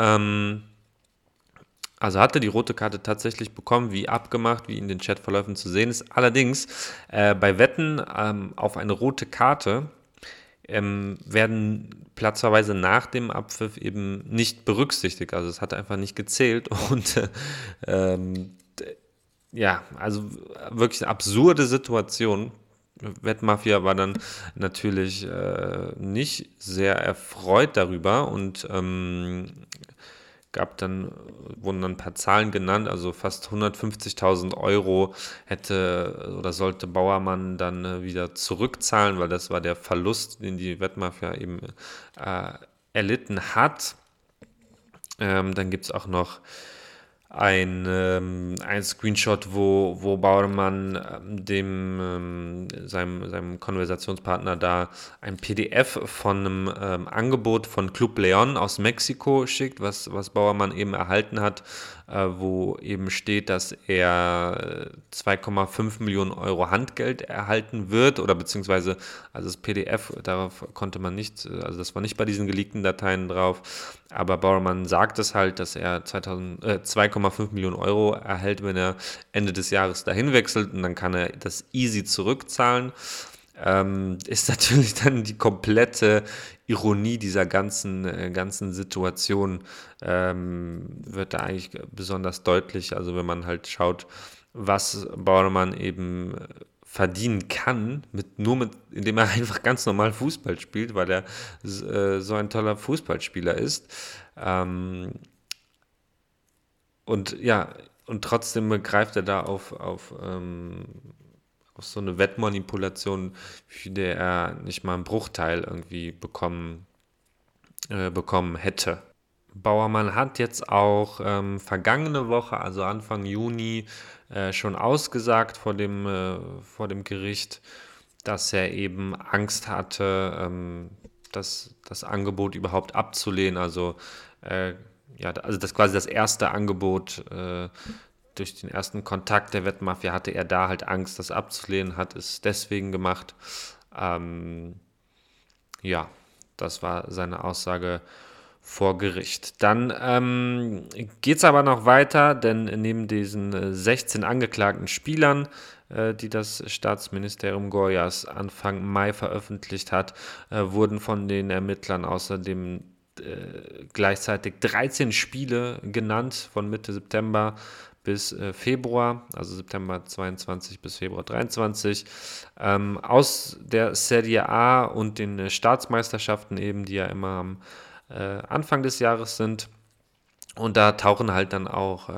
B: Also hat er die rote Karte tatsächlich bekommen, wie abgemacht, wie in den Chatverläufen zu sehen ist. Allerdings bei Wetten auf eine rote Karte werden platzverweise nach dem Abpfiff eben nicht berücksichtigt. Also es hat einfach nicht gezählt und also wirklich eine absurde Situation. Wettmafia war dann natürlich nicht sehr erfreut darüber und wurden dann ein paar Zahlen genannt, also fast 150.000 Euro sollte Bauermann dann wieder zurückzahlen, weil das war der Verlust, den die Wettmafia eben erlitten hat. Dann gibt es auch noch ein Screenshot, wo Bauermann seinem Konversationspartner da ein PDF von einem Angebot von Club León aus Mexiko schickt, was Bauermann eben erhalten hat, wo eben steht, dass er 2,5 Millionen Euro Handgeld erhalten wird oder beziehungsweise, also das PDF, darauf konnte man nicht, also das war nicht bei diesen geleakten Dateien drauf, aber Bauermann sagt es halt, dass er 2,5 Millionen Euro erhält, wenn er Ende des Jahres dahin wechselt und dann kann er das easy zurückzahlen. Ist natürlich dann die komplette Ironie dieser ganzen Situation, wird da eigentlich besonders deutlich. Also wenn man halt schaut, was Bauermann eben verdienen kann, indem er einfach ganz normal Fußball spielt, weil er so ein toller Fußballspieler ist. Und trotzdem greift er da auf so eine Wettmanipulation, für die er nicht mal einen Bruchteil irgendwie bekommen hätte. Bauermann hat jetzt auch vergangene Woche, also Anfang Juni, schon ausgesagt vor dem Gericht, dass er eben Angst hatte, das Angebot überhaupt abzulehnen. Also das quasi das erste Angebot durch den ersten Kontakt der Wettmafia hatte er da halt Angst, das abzulehnen, hat es deswegen gemacht. Das war seine Aussage vor Gericht. Dann geht es aber noch weiter, denn neben diesen 16 angeklagten Spielern, die das Staatsministerium Goiás Anfang Mai veröffentlicht hat, wurden von den Ermittlern außerdem gleichzeitig 13 Spiele genannt von Mitte September bis Februar, also September 22 bis Februar 23, aus der Serie A und den Staatsmeisterschaften eben, die ja immer am Anfang des Jahres sind. Und da tauchen halt dann auch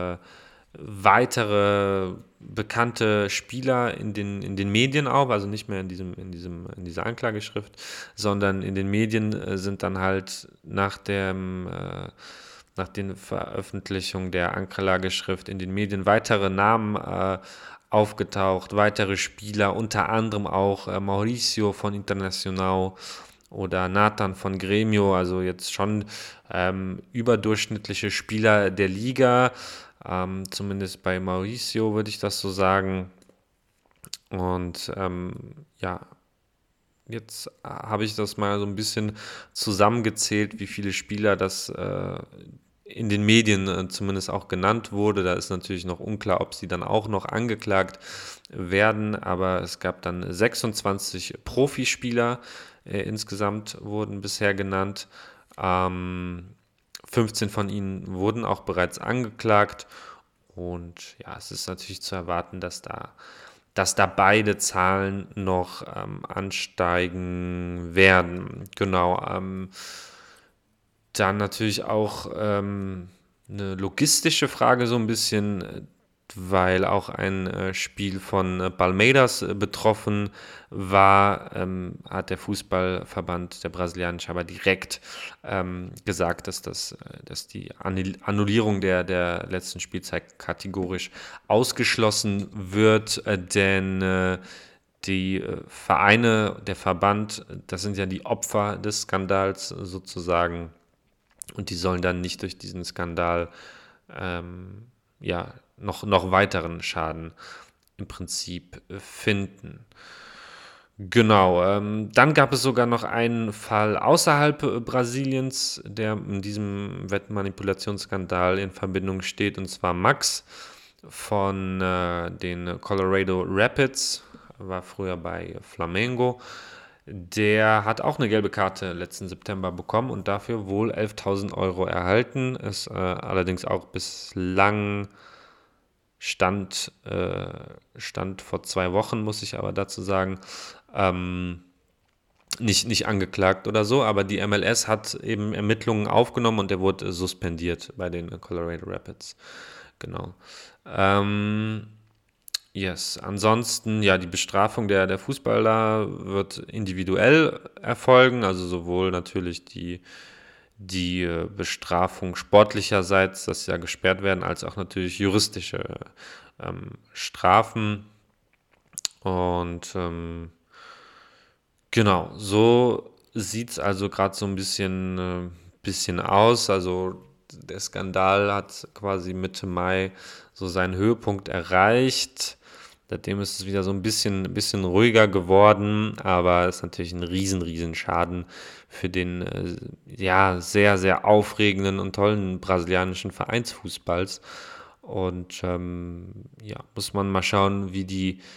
B: weitere bekannte Spieler in den Medien auf, also nicht mehr in dieser Anklageschrift, sondern in den Medien sind dann halt nach den Veröffentlichungen der Anklageschrift in den Medien weitere Namen aufgetaucht, weitere Spieler, unter anderem auch Mauricio von Internacional oder Nathan von Grêmio, also jetzt schon überdurchschnittliche Spieler der Liga, zumindest bei Mauricio würde ich das so sagen. Und jetzt habe ich das mal so ein bisschen zusammengezählt, wie viele Spieler das in den Medien zumindest auch genannt wurde. Da ist natürlich noch unklar, ob sie dann auch noch angeklagt werden, aber es gab dann 26 Profispieler, insgesamt wurden bisher genannt. 15 von ihnen wurden auch bereits angeklagt und ja, es ist natürlich zu erwarten, dass da beide Zahlen noch ansteigen werden. Genau. Dann natürlich auch eine logistische Frage so ein bisschen, weil auch ein Spiel von Palmeiras betroffen war, hat der Fußballverband, der brasilianische, aber direkt gesagt, dass die Annullierung der letzten Spielzeit kategorisch ausgeschlossen wird, denn die Vereine, der Verband, das sind ja die Opfer des Skandals sozusagen, und die sollen dann nicht durch diesen Skandal noch weiteren Schaden im Prinzip finden. Genau, dann gab es sogar noch einen Fall außerhalb Brasiliens, der in diesem Wettmanipulationsskandal in Verbindung steht, und zwar Max von den Colorado Rapids, war früher bei Flamengo. Der hat auch eine gelbe Karte letzten September bekommen und dafür wohl 11.000 Euro erhalten. Ist allerdings auch bislang Stand vor 2 Wochen, muss ich aber dazu sagen, nicht angeklagt oder so, aber die MLS hat eben Ermittlungen aufgenommen und er wurde suspendiert bei den Colorado Rapids. Genau. Yes. Ansonsten, ja, die Bestrafung der Fußballer wird individuell erfolgen, also sowohl natürlich die Bestrafung sportlicherseits, dass sie ja gesperrt werden, als auch natürlich juristische Strafen. Und genau, so sieht es also gerade so ein bisschen aus. Also der Skandal hat quasi Mitte Mai so seinen Höhepunkt erreicht. Seitdem ist es wieder so ein bisschen ruhiger geworden, aber es ist natürlich ein riesen Schaden für den sehr, sehr aufregenden und tollen brasilianischen Vereinsfußballs. Und muss man mal schauen, wie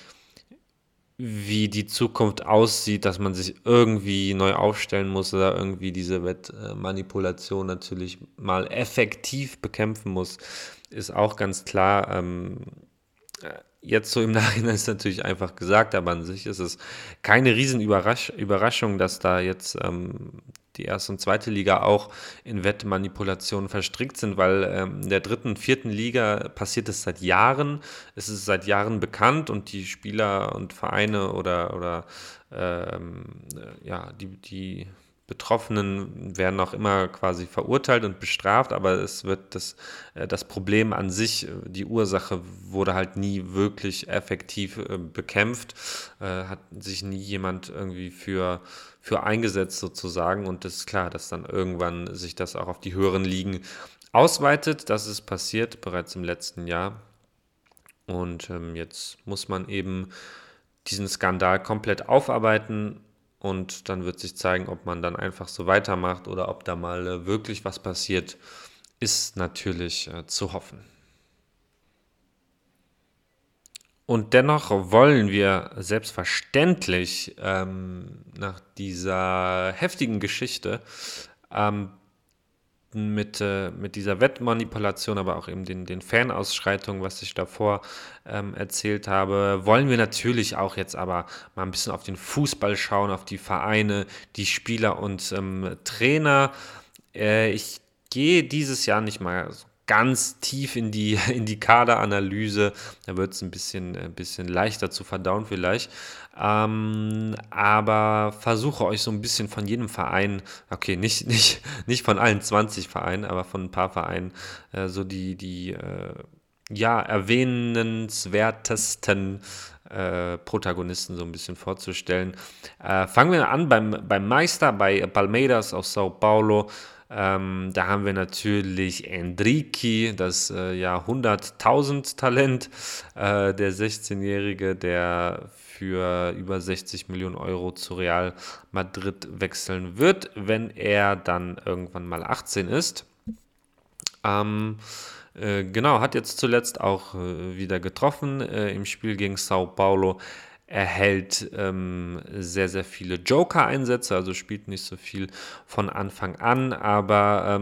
B: die Zukunft aussieht, dass man sich irgendwie neu aufstellen muss oder irgendwie diese Wettmanipulation natürlich mal effektiv bekämpfen muss, ist auch ganz klar. Jetzt so im Nachhinein ist natürlich einfach gesagt, aber an sich ist es keine Überraschung, dass da jetzt die erste und zweite Liga auch in Wettmanipulationen verstrickt sind, weil in der dritten und vierten Liga passiert es seit Jahren. Es ist seit Jahren bekannt und die Spieler und Vereine oder die Betroffenen werden auch immer quasi verurteilt und bestraft, aber es wird das Problem an sich, die Ursache wurde halt nie wirklich effektiv bekämpft, hat sich nie jemand irgendwie für eingesetzt sozusagen, und es ist klar, dass dann irgendwann sich das auch auf die höheren Ligen ausweitet. Das ist passiert bereits im letzten Jahr, und jetzt muss man eben diesen Skandal komplett aufarbeiten. Und dann wird sich zeigen, ob man dann einfach so weitermacht oder ob da mal wirklich was passiert, ist natürlich zu hoffen. Und dennoch wollen wir selbstverständlich nach dieser heftigen Geschichte mit dieser Wettmanipulation, aber auch eben den Fanausschreitungen, was ich davor erzählt habe, wollen wir natürlich auch jetzt aber mal ein bisschen auf den Fußball schauen, auf die Vereine, die Spieler und Trainer. Ich gehe dieses Jahr nicht mal so ganz tief in die Kaderanalyse, da wird es ein bisschen leichter zu verdauen vielleicht, aber versuche euch so ein bisschen von jedem Verein, okay, nicht von allen 20 Vereinen, aber von ein paar Vereinen, so die erwähnenswertesten Protagonisten so ein bisschen vorzustellen. Fangen wir an beim Meister, bei Palmeiras aus Sao Paulo. Da haben wir natürlich Endrique, das 100.000 Talent, der 16-Jährige, der für über 60 Millionen Euro zu Real Madrid wechseln wird, wenn er dann irgendwann mal 18 ist. Genau, hat jetzt zuletzt auch wieder getroffen im Spiel gegen Sao Paulo. Er hält sehr, sehr viele Joker-Einsätze, also spielt nicht so viel von Anfang an, aber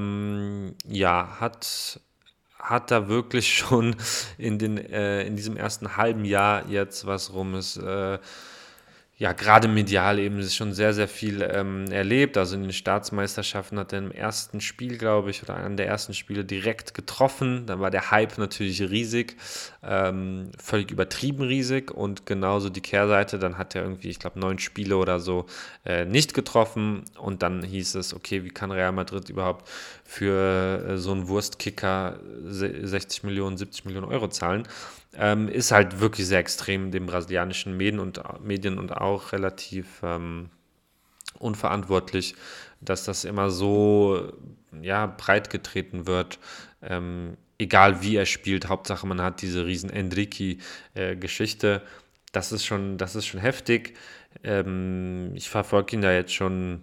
B: hat da wirklich schon in diesem ersten halben Jahr jetzt, was rum ist, ja, gerade medial eben schon sehr, sehr viel erlebt. Also in den Staatsmeisterschaften hat er im ersten Spiel, glaube ich, oder einem der ersten Spiele direkt getroffen. Dann war der Hype natürlich riesig, völlig übertrieben riesig. Und genauso die Kehrseite, dann hat er irgendwie, ich glaube, 9 Spiele oder so nicht getroffen. Und dann hieß es, okay, wie kann Real Madrid überhaupt für so einen Wurstkicker 60 Millionen, 70 Millionen Euro zahlen? Ist halt wirklich sehr extrem in den brasilianischen Medien und auch relativ unverantwortlich, dass das immer so ja, breit getreten wird. Egal wie er spielt, Hauptsache man hat diese riesen Endrick-Geschichte. Das ist schon heftig. Ich verfolge ihn da jetzt schon,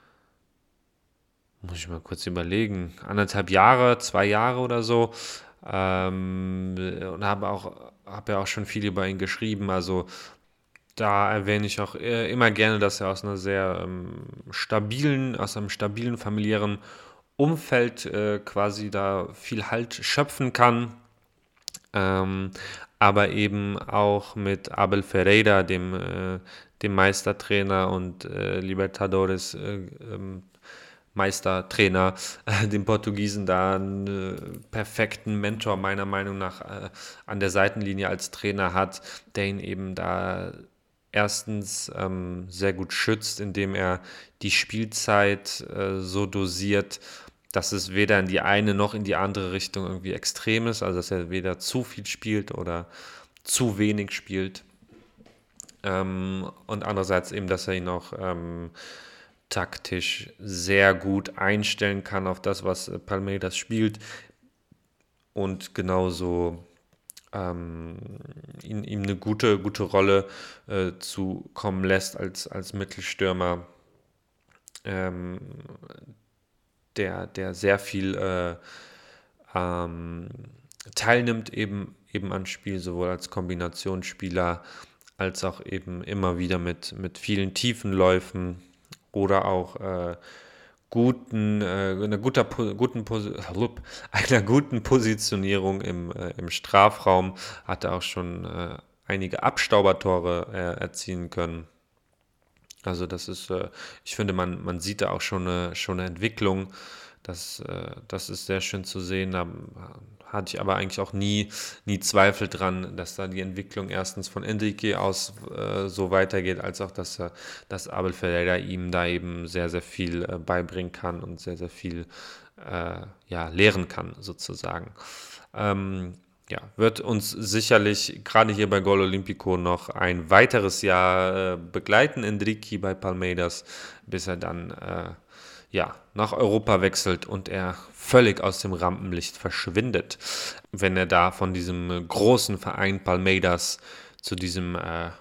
B: muss ich mal kurz überlegen, 1,5 Jahre, 2 Jahre oder so. Und habe ja auch schon viel über ihn geschrieben. Also da erwähne ich auch immer gerne, dass er aus einem stabilen familiären Umfeld quasi da viel Halt schöpfen kann. Aber eben auch mit Abel Ferreira, dem Meistertrainer und Libertadores Meistertrainer, den Portugiesen da einen perfekten Mentor meiner Meinung nach an der Seitenlinie als Trainer hat, der ihn eben da erstens sehr gut schützt, indem er die Spielzeit so dosiert, dass es weder in die eine noch in die andere Richtung irgendwie extrem ist, also dass er weder zu viel spielt oder zu wenig spielt. Und andererseits eben, dass er ihn auch taktisch sehr gut einstellen kann auf das, was Palmeiras spielt und genauso ihm eine gute Rolle zukommen lässt als Mittelstürmer, der sehr viel teilnimmt eben am Spiel, sowohl als Kombinationsspieler als auch eben immer wieder mit vielen Tiefenläufen oder auch einer guten Positionierung im Strafraum, hat er auch schon einige Abstaubertore erzielen können. Also das ist, ich finde, man sieht da auch schon eine Entwicklung. Das ist sehr schön zu sehen. Da hatte ich aber eigentlich auch nie Zweifel dran, dass da die Entwicklung erstens von Enrique aus so weitergeht, als auch, dass Abel Ferreira ihm da eben sehr, sehr viel beibringen kann und sehr, sehr viel lehren kann, sozusagen. Wird uns sicherlich gerade hier bei Gol Olímpico noch ein weiteres Jahr begleiten, Enrique bei Palmeiras, bis er dann nach Europa wechselt und er völlig aus dem Rampenlicht verschwindet, wenn er da von diesem großen Verein Palmeiras zu diesen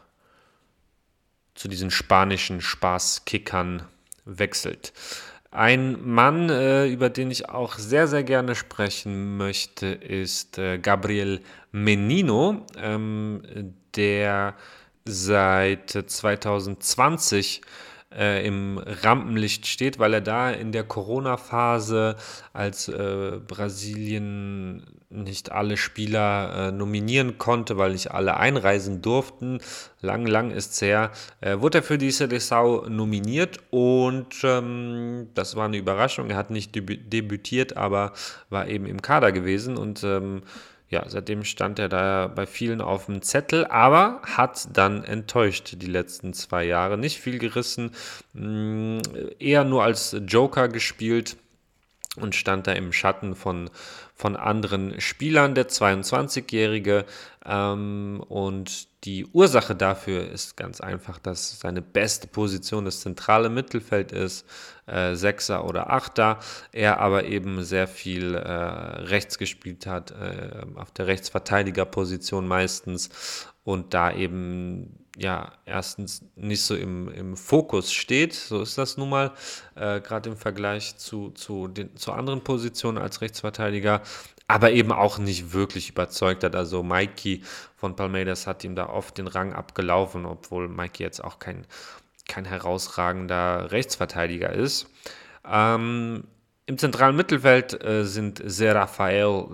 B: spanischen Spaßkickern wechselt. Ein Mann, über den ich auch sehr, sehr gerne sprechen möchte, ist Gabriel Menino, der seit 2020 im Rampenlicht steht, weil er da in der Corona-Phase, als Brasilien nicht alle Spieler nominieren konnte, weil nicht alle einreisen durften, lang ist es her, wurde er für die Seleção nominiert und das war eine Überraschung. Er hat nicht debütiert, aber war eben im Kader gewesen und seitdem stand er da bei vielen auf dem Zettel, aber hat dann enttäuscht die letzten 2 Jahre. Nicht viel gerissen, eher nur als Joker gespielt und stand da im Schatten von anderen Spielern, der 22-Jährige. Und die Ursache dafür ist ganz einfach, dass seine beste Position das zentrale Mittelfeld ist, Sechser oder Achter. Er aber eben sehr viel rechts gespielt hat, auf der Rechtsverteidigerposition meistens. Und da eben erstens nicht so im Fokus steht, so ist das nun mal, gerade im Vergleich zu anderen Positionen als Rechtsverteidiger, aber eben auch nicht wirklich überzeugt hat. Also Mikey von Palmeiras hat ihm da oft den Rang abgelaufen, obwohl Mikey jetzt auch kein herausragender Rechtsverteidiger ist. Im zentralen Mittelfeld ist Serrafael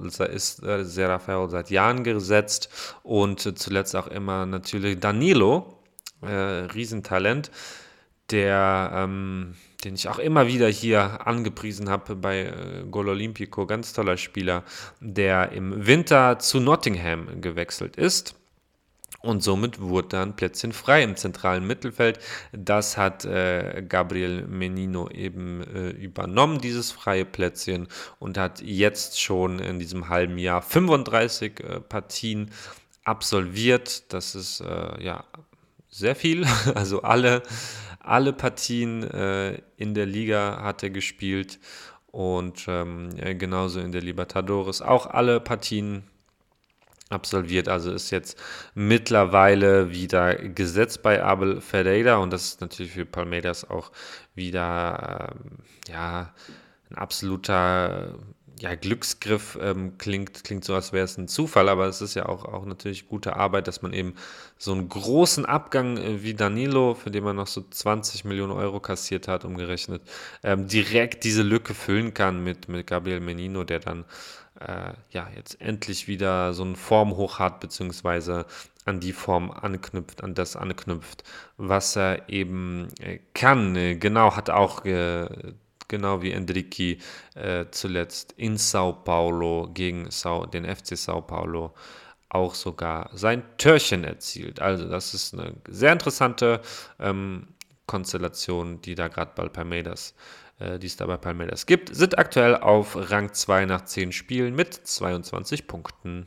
B: seit Jahren gesetzt und zuletzt auch immer natürlich Danilo, Riesentalent, den ich auch immer wieder hier angepriesen habe bei Gol Olimpico, ganz toller Spieler, der im Winter zu Nottingham gewechselt ist. Und somit wurde dann Plätzchen frei im zentralen Mittelfeld. Das hat Gabriel Menino eben übernommen, dieses freie Plätzchen, und hat jetzt schon in diesem halben Jahr 35 Partien absolviert. Das ist sehr viel. Also alle Partien in der Liga hat er gespielt und genauso in der Libertadores auch alle Partien absolviert, also ist jetzt mittlerweile wieder gesetzt bei Abel Ferreira, und das ist natürlich für Palmeiras auch wieder ein absoluter Glücksgriff. Klingt so, als wäre es ein Zufall, aber es ist ja auch natürlich gute Arbeit, dass man eben so einen großen Abgang wie Danilo, für den man noch so 20 Millionen Euro kassiert hat, umgerechnet, direkt diese Lücke füllen kann mit Gabriel Menino, der dann jetzt endlich wieder so einen Formhoch hat, beziehungsweise an die Form anknüpft, an das anknüpft, was er eben kann. Genau, hat auch genau wie Endrique zuletzt in Sao Paulo gegen den FC Sao Paulo auch sogar sein Törchen erzielt. Also das ist eine sehr interessante Konstellation, die es da bei Palmeiras gibt, sind aktuell auf Rang 2 nach 10 Spielen mit 22 Punkten.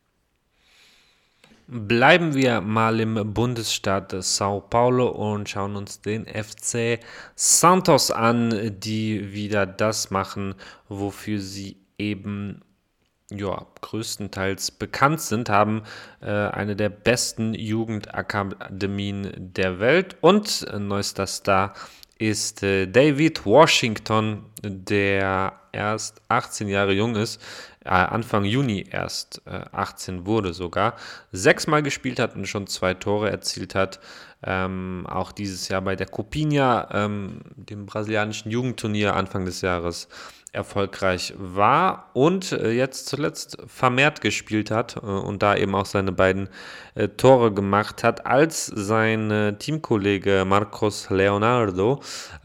B: Bleiben wir mal im Bundesstaat Sao Paulo und schauen uns den FC Santos an, die wieder das machen, wofür sie eben größtenteils bekannt sind, haben eine der besten Jugendakademien der Welt, und neuester Star ist David Washington, der erst 18 Jahre jung ist, Anfang Juni erst 18 wurde sogar, 6-mal gespielt hat und schon 2 Tore erzielt hat, auch dieses Jahr bei der Copinha, dem brasilianischen Jugendturnier Anfang des Jahres, erfolgreich war und jetzt zuletzt vermehrt gespielt hat und da eben auch seine beiden Tore gemacht hat, als sein Teamkollege Marcos Leonardo,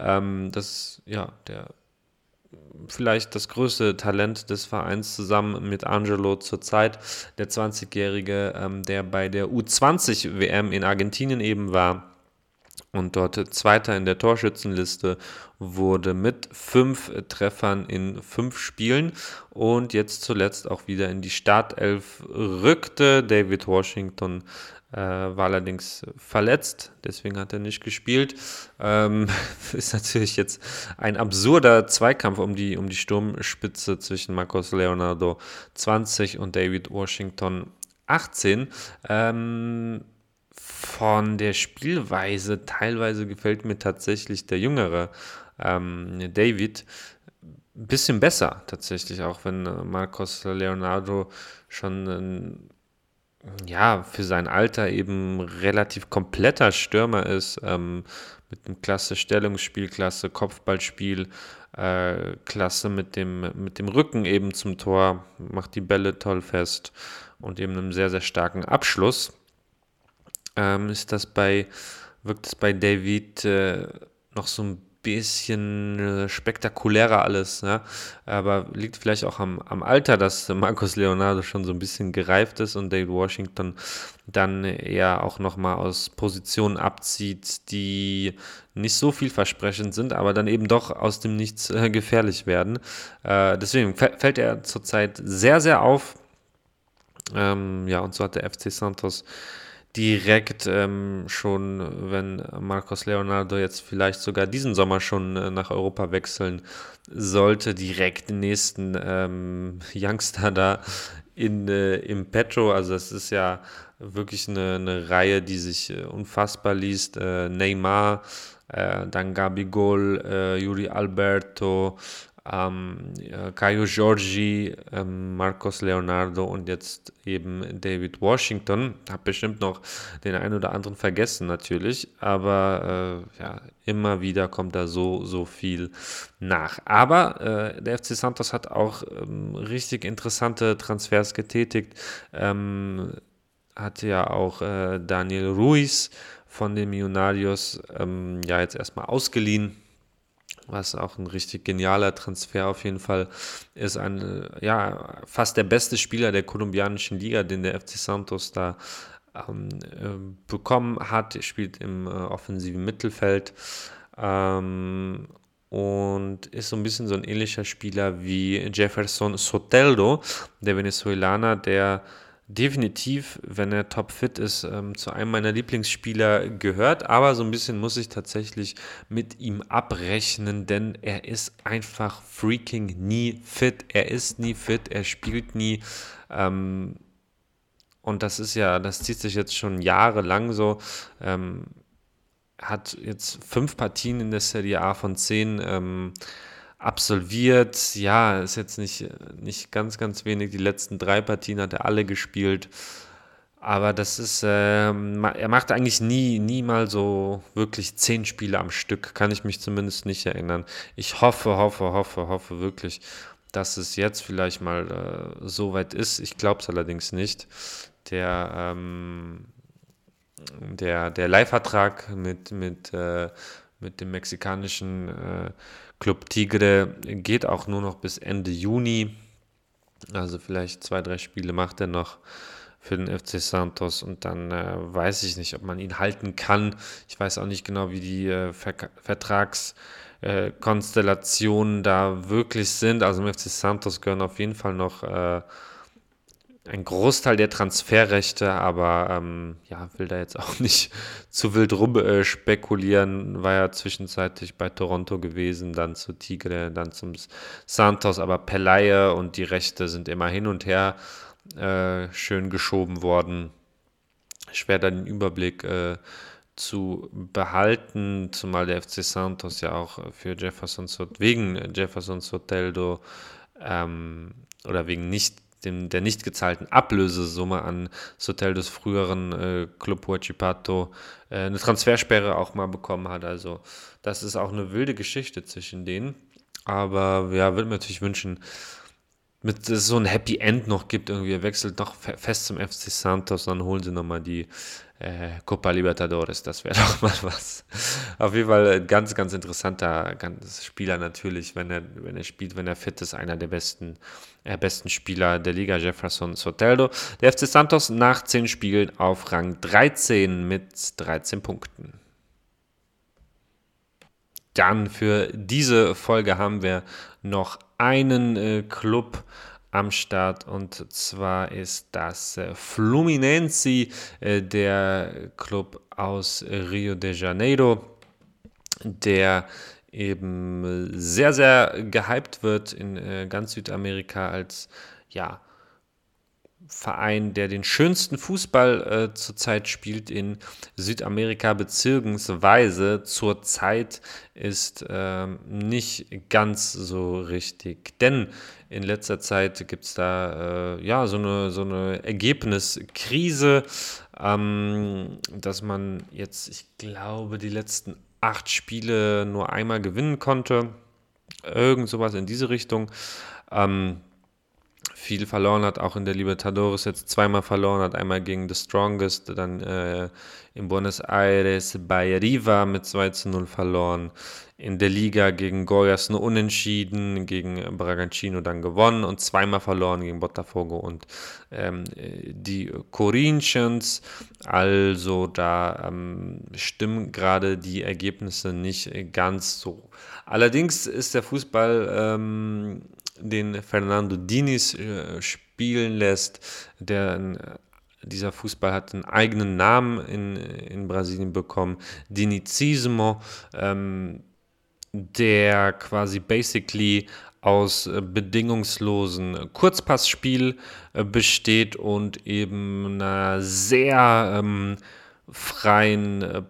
B: der vielleicht das größte Talent des Vereins zusammen mit Angelo zurzeit, der 20-Jährige, der bei der U20-WM in Argentinien eben war und dort Zweiter in der Torschützenliste wurde mit 5 Treffern in 5 Spielen und jetzt zuletzt auch wieder in die Startelf rückte. David Washington war allerdings verletzt, deswegen hat er nicht gespielt. Ist natürlich jetzt ein absurder Zweikampf um die Sturmspitze zwischen Marcos Leonardo 20 und David Washington 18. Von der Spielweise teilweise gefällt mir tatsächlich der jüngere David ein bisschen besser tatsächlich, auch wenn Marcos Leonardo schon für sein Alter eben relativ kompletter Stürmer ist, mit einem klasse Stellungsspiel, klasse Kopfballspiel, klasse mit dem Rücken eben zum Tor, macht die Bälle toll fest und eben einem sehr, sehr starken Abschluss. Wirkt es bei David noch so ein bisschen spektakulärer alles, ne? Aber liegt vielleicht auch am Alter, dass Marcos Leonardo schon so ein bisschen gereift ist und David Washington dann eher auch nochmal aus Positionen abzieht, die nicht so vielversprechend sind, aber dann eben doch aus dem Nichts gefährlich werden. Deswegen fällt er zurzeit sehr, sehr auf. Und so hat der FC Santos direkt schon, wenn Marcos Leonardo jetzt vielleicht sogar diesen Sommer schon nach Europa wechseln sollte, direkt den nächsten Youngster da im Petro. Also es ist ja wirklich eine Reihe, die sich unfassbar liest. Neymar, dann Gabigol, Yuri Alberto, Caio Jorge, Marcos Leonardo und jetzt eben David Washington. Hab bestimmt noch den einen oder anderen vergessen natürlich, aber immer wieder kommt da so viel nach. Aber der FC Santos hat auch richtig interessante Transfers getätigt. hatte ja auch Daniel Ruiz von den Millonarios jetzt erstmal ausgeliehen, was auch ein richtig genialer Transfer auf jeden Fall ist. Fast der beste Spieler der kolumbianischen Liga, den der FC Santos da bekommen hat. Er spielt im offensiven Mittelfeld und ist so ein bisschen so ein ähnlicher Spieler wie Jefferson Soteldo, der Venezuelaner, der definitiv, wenn er topfit ist, zu einem meiner Lieblingsspieler gehört, aber so ein bisschen muss ich tatsächlich mit ihm abrechnen, denn er ist einfach freaking nie fit. Er ist nie fit, er spielt nie. Und das zieht sich jetzt schon jahrelang so. Hat jetzt 5 Partien in der Serie A von 10 absolviert. Ja, ist jetzt nicht ganz, ganz wenig. Die letzten 3 Partien hat er alle gespielt. Aber das ist, er macht eigentlich nie mal so wirklich 10 Spiele am Stück. Kann ich mich zumindest nicht erinnern. Ich hoffe wirklich, dass es jetzt vielleicht mal so weit ist. Ich glaube es allerdings nicht. Der Leihvertrag mit dem mexikanischen Club Tigre geht auch nur noch bis Ende Juni. Also vielleicht 2, 3 Spiele macht er noch für den FC Santos und dann weiß ich nicht, ob man ihn halten kann. Ich weiß auch nicht genau, wie die Vertragskonstellationen da wirklich sind. Also im FC Santos gehören auf jeden Fall noch ein Großteil der Transferrechte, aber will da jetzt auch nicht zu wild rum spekulieren. War ja zwischenzeitlich bei Toronto gewesen, dann zu Tigre, dann zum Santos, aber per Leihe und die Rechte sind immer hin und her schön geschoben worden. Schwer da den Überblick zu behalten, zumal der FC Santos ja auch wegen Jefferson Soteldo oder wegen der nicht gezahlten Ablösesumme an Soteldos früheren Club Huachipato eine Transfersperre auch mal bekommen hat. Also das ist auch eine wilde Geschichte zwischen denen. Aber ja, würde mir natürlich wünschen, dass es so ein Happy End noch gibt. Irgendwie er wechselt noch fest zum FC Santos, dann holen sie nochmal die Copa Libertadores. Das wäre doch mal was. Auf jeden Fall ein ganz, ganz interessanter Spieler natürlich, wenn er spielt, wenn er fit ist, einer der besten Spieler der Liga, Jefferson Soteldo. Der FC Santos nach 10 Spielen auf Rang 13 mit 13 Punkten. Dann für diese Folge haben wir noch einen Club am Start und zwar ist das Fluminense, der Club aus Rio de Janeiro, der eben sehr, sehr gehypt wird in ganz Südamerika als Verein, der den schönsten Fußball zurzeit spielt in Südamerika, beziehungsweise zurzeit ist nicht ganz so richtig, denn in letzter Zeit gibt es da so eine Ergebniskrise, dass man jetzt, ich glaube, die letzten 8 Spiele nur einmal gewinnen konnte, irgend sowas in diese Richtung. Viel verloren hat, auch in der Libertadores jetzt 2-mal verloren hat, einmal gegen The Strongest, dann in Buenos Aires bei Riva mit 2-0 verloren, in der Liga gegen Goiás nur unentschieden, gegen Bragantino dann gewonnen und 2-mal verloren gegen Botafogo und die Corinthians, also da stimmen gerade die Ergebnisse nicht ganz so. Allerdings ist der Fußball den Fernando Diniz spielen lässt. Dieser Fußball hat einen eigenen Namen in Brasilien bekommen, Dinizismo, der quasi basically aus bedingungslosen Kurzpassspiel besteht und eben einer sehr freien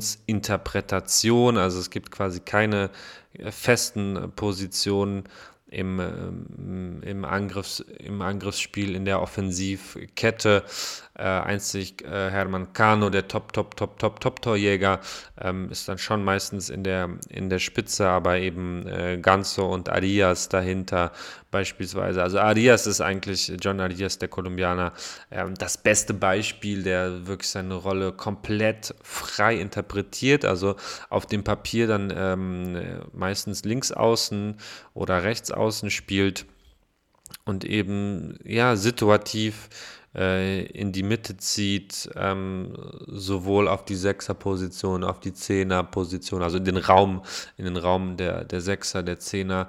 B: Positionsinterpretation. Also es gibt quasi keine festen Positionen im Angriffsspiel, in der Offensivkette. Einzig Herman Cano, der Top-Torjäger, ist dann schon meistens in der Spitze, aber eben Ganso und Arias dahinter beispielsweise. Also Arias ist eigentlich, John Arias, der Kolumbianer, das beste Beispiel, der wirklich seine Rolle komplett frei interpretiert, also auf dem Papier dann meistens links außen oder rechts außen spielt und eben ja situativ in die Mitte zieht, sowohl auf die Sechserposition, auf die Zehnerposition, also in den Raum der Sechser, der Zehner,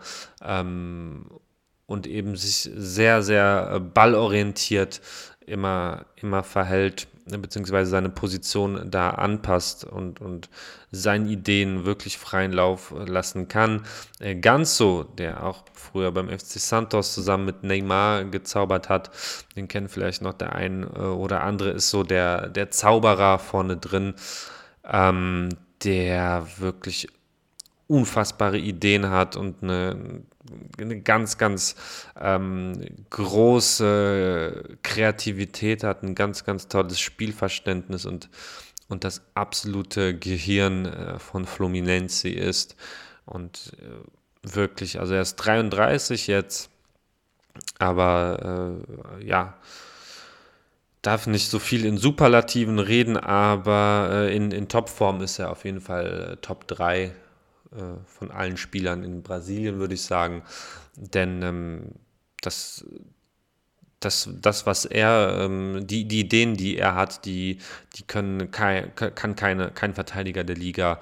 B: und eben sich sehr, sehr ballorientiert immer verhält, beziehungsweise seine Position da anpasst und seinen Ideen wirklich freien Lauf lassen kann. Ganso, der auch früher beim FC Santos zusammen mit Neymar gezaubert hat, den kennt vielleicht noch der ein oder andere, ist so der Zauberer vorne drin, der wirklich unfassbare Ideen hat und eine ganz, ganz große Kreativität hat, ein ganz, ganz tolles Spielverständnis und das absolute Gehirn von Fluminense ist. Und wirklich, also er ist 33 jetzt, aber ja, darf nicht so viel in Superlativen reden, aber in Topform ist er auf jeden Fall Top 3 von allen Spielern in Brasilien, würde ich sagen. Denn das, was er, die Ideen, die er hat, die kann kein Verteidiger der Liga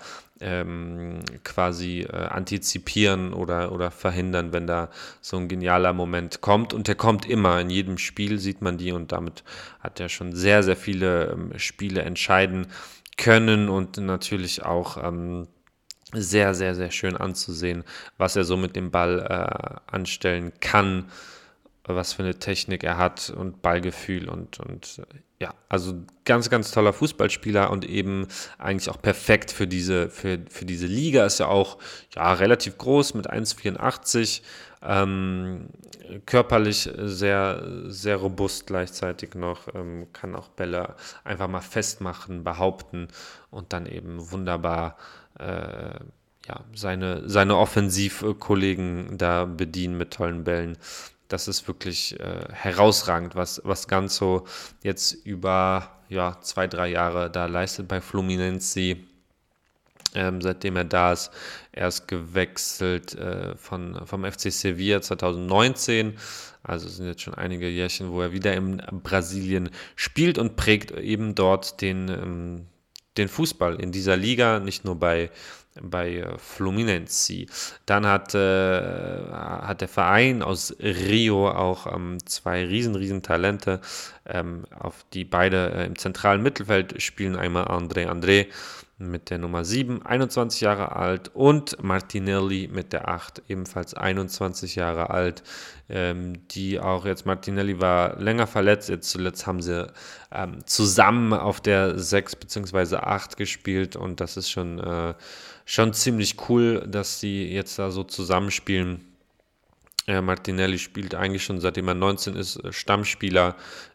B: quasi antizipieren oder verhindern, wenn da so ein genialer Moment kommt. Und der kommt immer, in jedem Spiel sieht man die, und damit hat er schon sehr, sehr viele Spiele entscheiden können und natürlich auch sehr, sehr, sehr schön anzusehen, was er so mit dem Ball anstellen kann, was für eine Technik er hat und Ballgefühl und ja, also ganz, ganz toller Fußballspieler und eben eigentlich auch perfekt für diese Liga. Ist ja auch ja, relativ groß mit 1,84, körperlich sehr, sehr robust gleichzeitig noch, kann auch Bälle einfach mal festmachen, behaupten und dann eben wunderbar ja, seine Offensivkollegen da bedienen mit tollen Bällen. Das ist wirklich herausragend, was Ganso jetzt über 2-3 Jahre da leistet bei Fluminense. Seitdem er da ist, er ist gewechselt vom FC Sevilla 2019, also sind jetzt schon einige Jährchen, wo er wieder in Brasilien spielt und prägt eben dort den Fußball in dieser Liga, nicht nur bei Fluminense. Dann hat der Verein aus Rio auch 2 riesen Talente, auf die beide im zentralen Mittelfeld spielen. Einmal André mit der Nummer 7, 21 Jahre alt, und Martinelli mit der 8, ebenfalls 21 Jahre alt, die auch jetzt, Martinelli war länger verletzt, jetzt zuletzt haben sie zusammen auf der 6 bzw. 8 gespielt, und das ist schon ziemlich cool, dass sie jetzt da so zusammenspielen. Martinelli spielt eigentlich schon, seitdem er 19 ist, Stammspieler.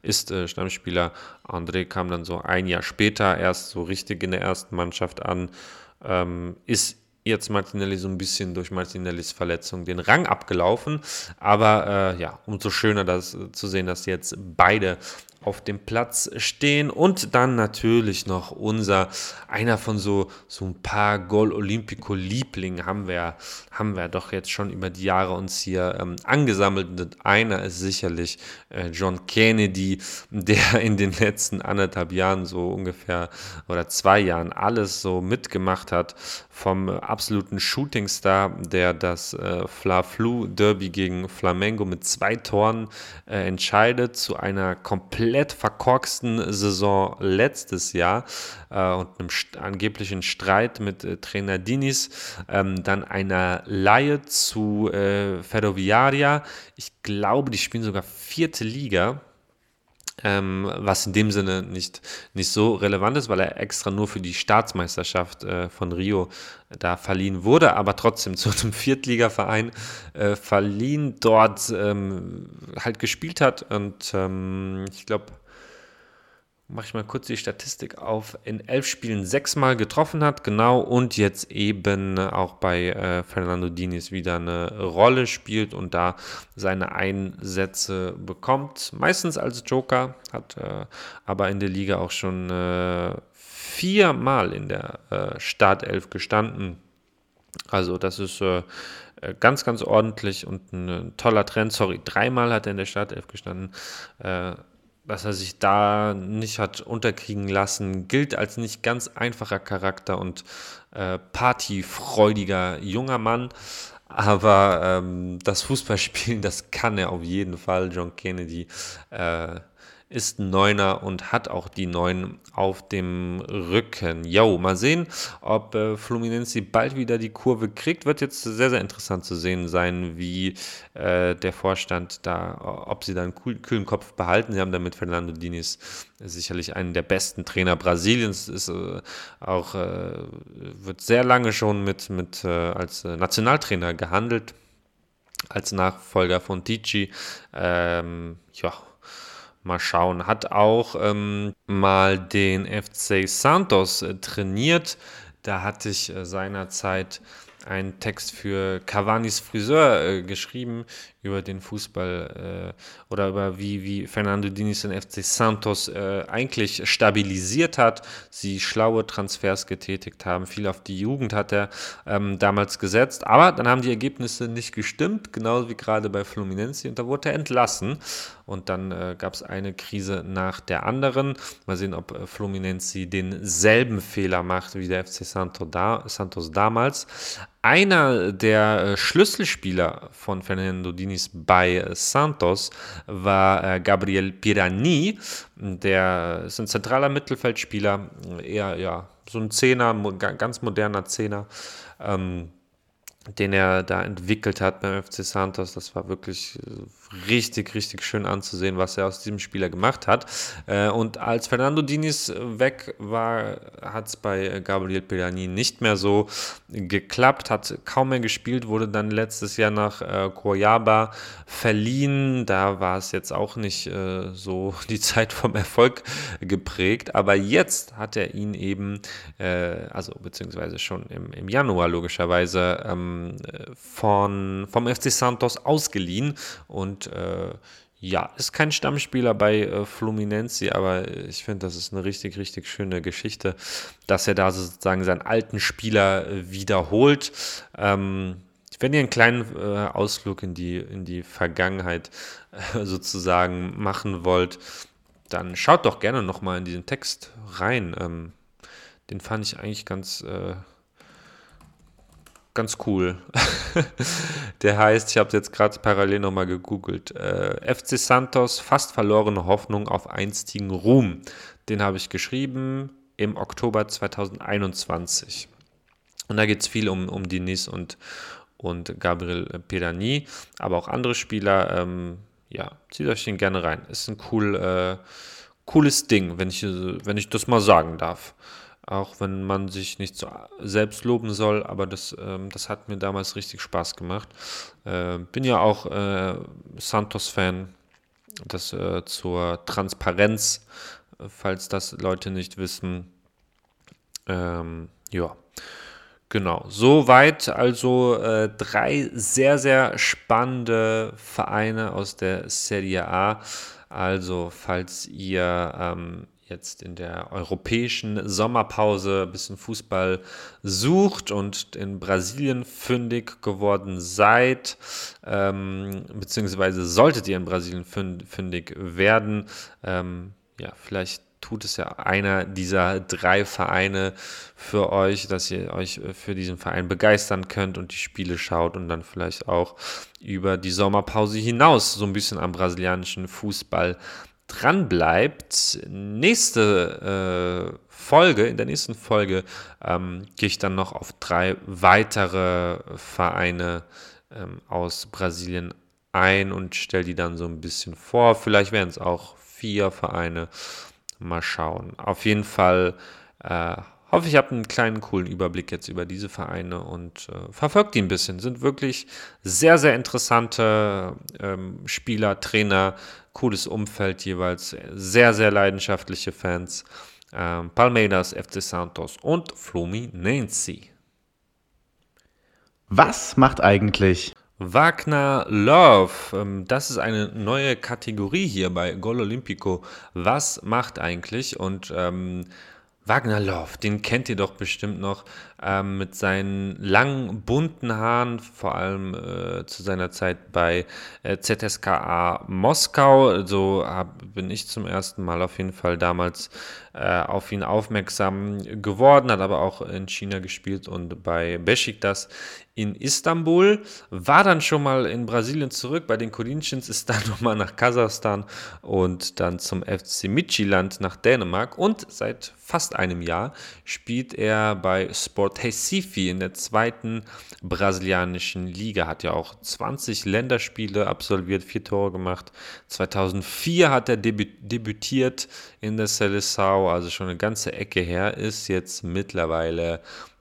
B: André kam dann so ein Jahr später erst so richtig in der ersten Mannschaft an. Ist jetzt Martinelli so ein bisschen durch Martinellis Verletzung den Rang abgelaufen. Aber ja, umso schöner das zu sehen, dass jetzt beide auf dem Platz stehen. Und dann natürlich noch einer von so ein paar Gol Olímpico Lieblingen haben wir doch jetzt schon über die Jahre uns hier angesammelt. Und einer ist sicherlich John Kennedy, der in den letzten 1,5 Jahren so ungefähr oder 2 Jahren alles so mitgemacht hat, vom absoluten Shootingstar, der das Fla-Flu-Derby gegen Flamengo mit 2 Toren entscheidet, zu einer komplett verkorksten Saison letztes Jahr und einem angeblichen Streit mit Trainer Diniz, dann einer Leihe zu Ferroviaria. Ich glaube, die spielen sogar 4. Liga. was in dem Sinne nicht so relevant ist, weil er extra nur für die Staatsmeisterschaft von Rio da verliehen wurde, aber trotzdem zu einem Viertligaverein verliehen, dort halt gespielt hat und ich glaube, mache ich mal kurz die Statistik auf, in 11 Spielen 6-mal getroffen hat, genau, und jetzt eben auch bei Fernando Diniz wieder eine Rolle spielt und da seine Einsätze bekommt, meistens als Joker, hat aber in der Liga auch schon 4-mal in der Startelf gestanden. Also das ist ganz, ganz ordentlich und ein toller Trend. Sorry, 3-mal hat er in der Startelf gestanden. Dass er sich da nicht hat unterkriegen lassen, gilt als nicht ganz einfacher Charakter und partyfreudiger junger Mann. Aber das Fußballspielen, das kann er auf jeden Fall. John Kennedy ist ein Neuner und hat auch die 9 auf dem Rücken. Jo, mal sehen, ob Fluminense bald wieder die Kurve kriegt. Wird jetzt sehr, sehr interessant zu sehen sein, wie der Vorstand da, ob sie da einen kühlen Kopf behalten. Sie haben da mit Fernando Diniz sicherlich einen der besten Trainer Brasiliens. Ist auch wird sehr lange schon als Nationaltrainer gehandelt, als Nachfolger von Tite. Ja. Mal schauen. Hat auch mal den FC Santos trainiert. Da hatte ich seinerzeit einen Text für Cavani's Friseur geschrieben über den Fußball oder über wie Fernando Diniz den FC Santos eigentlich stabilisiert hat, sie schlaue Transfers getätigt haben, viel auf die Jugend hat er damals gesetzt, aber dann haben die Ergebnisse nicht gestimmt, genauso wie gerade bei Fluminense, und da wurde er entlassen und dann gab es eine Krise nach der anderen. Mal sehen, ob Fluminense denselben Fehler macht wie der FC Santos damals. Einer der Schlüsselspieler von Fernando Diniz bei Santos war Gabriel Pirani, der ist ein zentraler Mittelfeldspieler, eher ja, so ein Zehner, ganz moderner Zehner, den er da entwickelt hat beim FC Santos. Das war wirklich richtig, richtig schön anzusehen, was er aus diesem Spieler gemacht hat. Und als Fernando Diniz weg war, hat es bei Gabriel Pirani nicht mehr so geklappt, hat kaum mehr gespielt, wurde dann letztes Jahr nach Cuiabá verliehen. Da war es jetzt auch nicht so die Zeit vom Erfolg geprägt, aber jetzt hat er ihn eben, beziehungsweise schon im Januar logischerweise, vom FC Santos ausgeliehen und ist kein Stammspieler bei Fluminense, aber ich finde, das ist eine richtig, richtig schöne Geschichte, dass er da sozusagen seinen alten Spieler wiederholt. Wenn ihr einen kleinen Ausflug in die Vergangenheit sozusagen machen wollt, dann schaut doch gerne nochmal in diesen Text rein. Den fand ich eigentlich ganz cool. Der heißt, ich habe es jetzt gerade parallel nochmal gegoogelt, FC Santos, fast verlorene Hoffnung auf einstigen Ruhm. Den habe ich geschrieben im Oktober 2021. Und da geht es viel um Diniz und Gabriel Pirani, aber auch andere Spieler. Zieht euch den gerne rein. Ist ein cooles Ding, wenn ich das mal sagen darf. Auch wenn man sich nicht so selbst loben soll, aber das hat mir damals richtig Spaß gemacht. Bin ja auch Santos-Fan, das zur Transparenz, falls das Leute nicht wissen. Genau. Soweit also 3 sehr, sehr spannende Vereine aus der Serie A. Also falls ihr jetzt in der europäischen Sommerpause ein bisschen Fußball sucht und in Brasilien fündig geworden seid, beziehungsweise solltet ihr in Brasilien fündig werden, vielleicht tut es ja einer dieser 3 Vereine für euch, dass ihr euch für diesen Verein begeistern könnt und die Spiele schaut und dann vielleicht auch über die Sommerpause hinaus so ein bisschen am brasilianischen Fußball dran bleibt. In der nächsten Folge gehe ich dann noch auf 3 weitere Vereine aus Brasilien ein und stelle die dann so ein bisschen vor. Vielleicht werden es auch 4 Vereine. Mal schauen. Auf jeden Fall hoffe, ich habe einen kleinen, coolen Überblick jetzt über diese Vereine und verfolgt die ein bisschen. Sind wirklich sehr, sehr interessante Spieler, Trainer, cooles Umfeld jeweils, sehr, sehr leidenschaftliche Fans. Palmeiras, FC Santos und Fluminense.
E: Was macht eigentlich
B: Wagner Love, das ist eine neue Kategorie hier bei Gol Olimpico. Was macht eigentlich? Und Wagner Love, den kennt ihr doch bestimmt noch mit seinen langen, bunten Haaren, vor allem zu seiner Zeit bei ZSKA Moskau. So bin ich zum ersten Mal auf jeden Fall damals auf ihn aufmerksam geworden, hat aber auch in China gespielt und bei Beşiktaş in Istanbul, war dann schon mal in Brasilien zurück, bei den Corinthians, ist dann nochmal nach Kasachstan und dann zum FC Midtjylland nach Dänemark und seit fast einem Jahr spielt er bei Sport Recife in der 2. brasilianischen Liga, hat ja auch 20 Länderspiele absolviert, 4 Tore gemacht. 2004 hat er debütiert in der Seleção, also schon eine ganze Ecke her, ist jetzt mittlerweile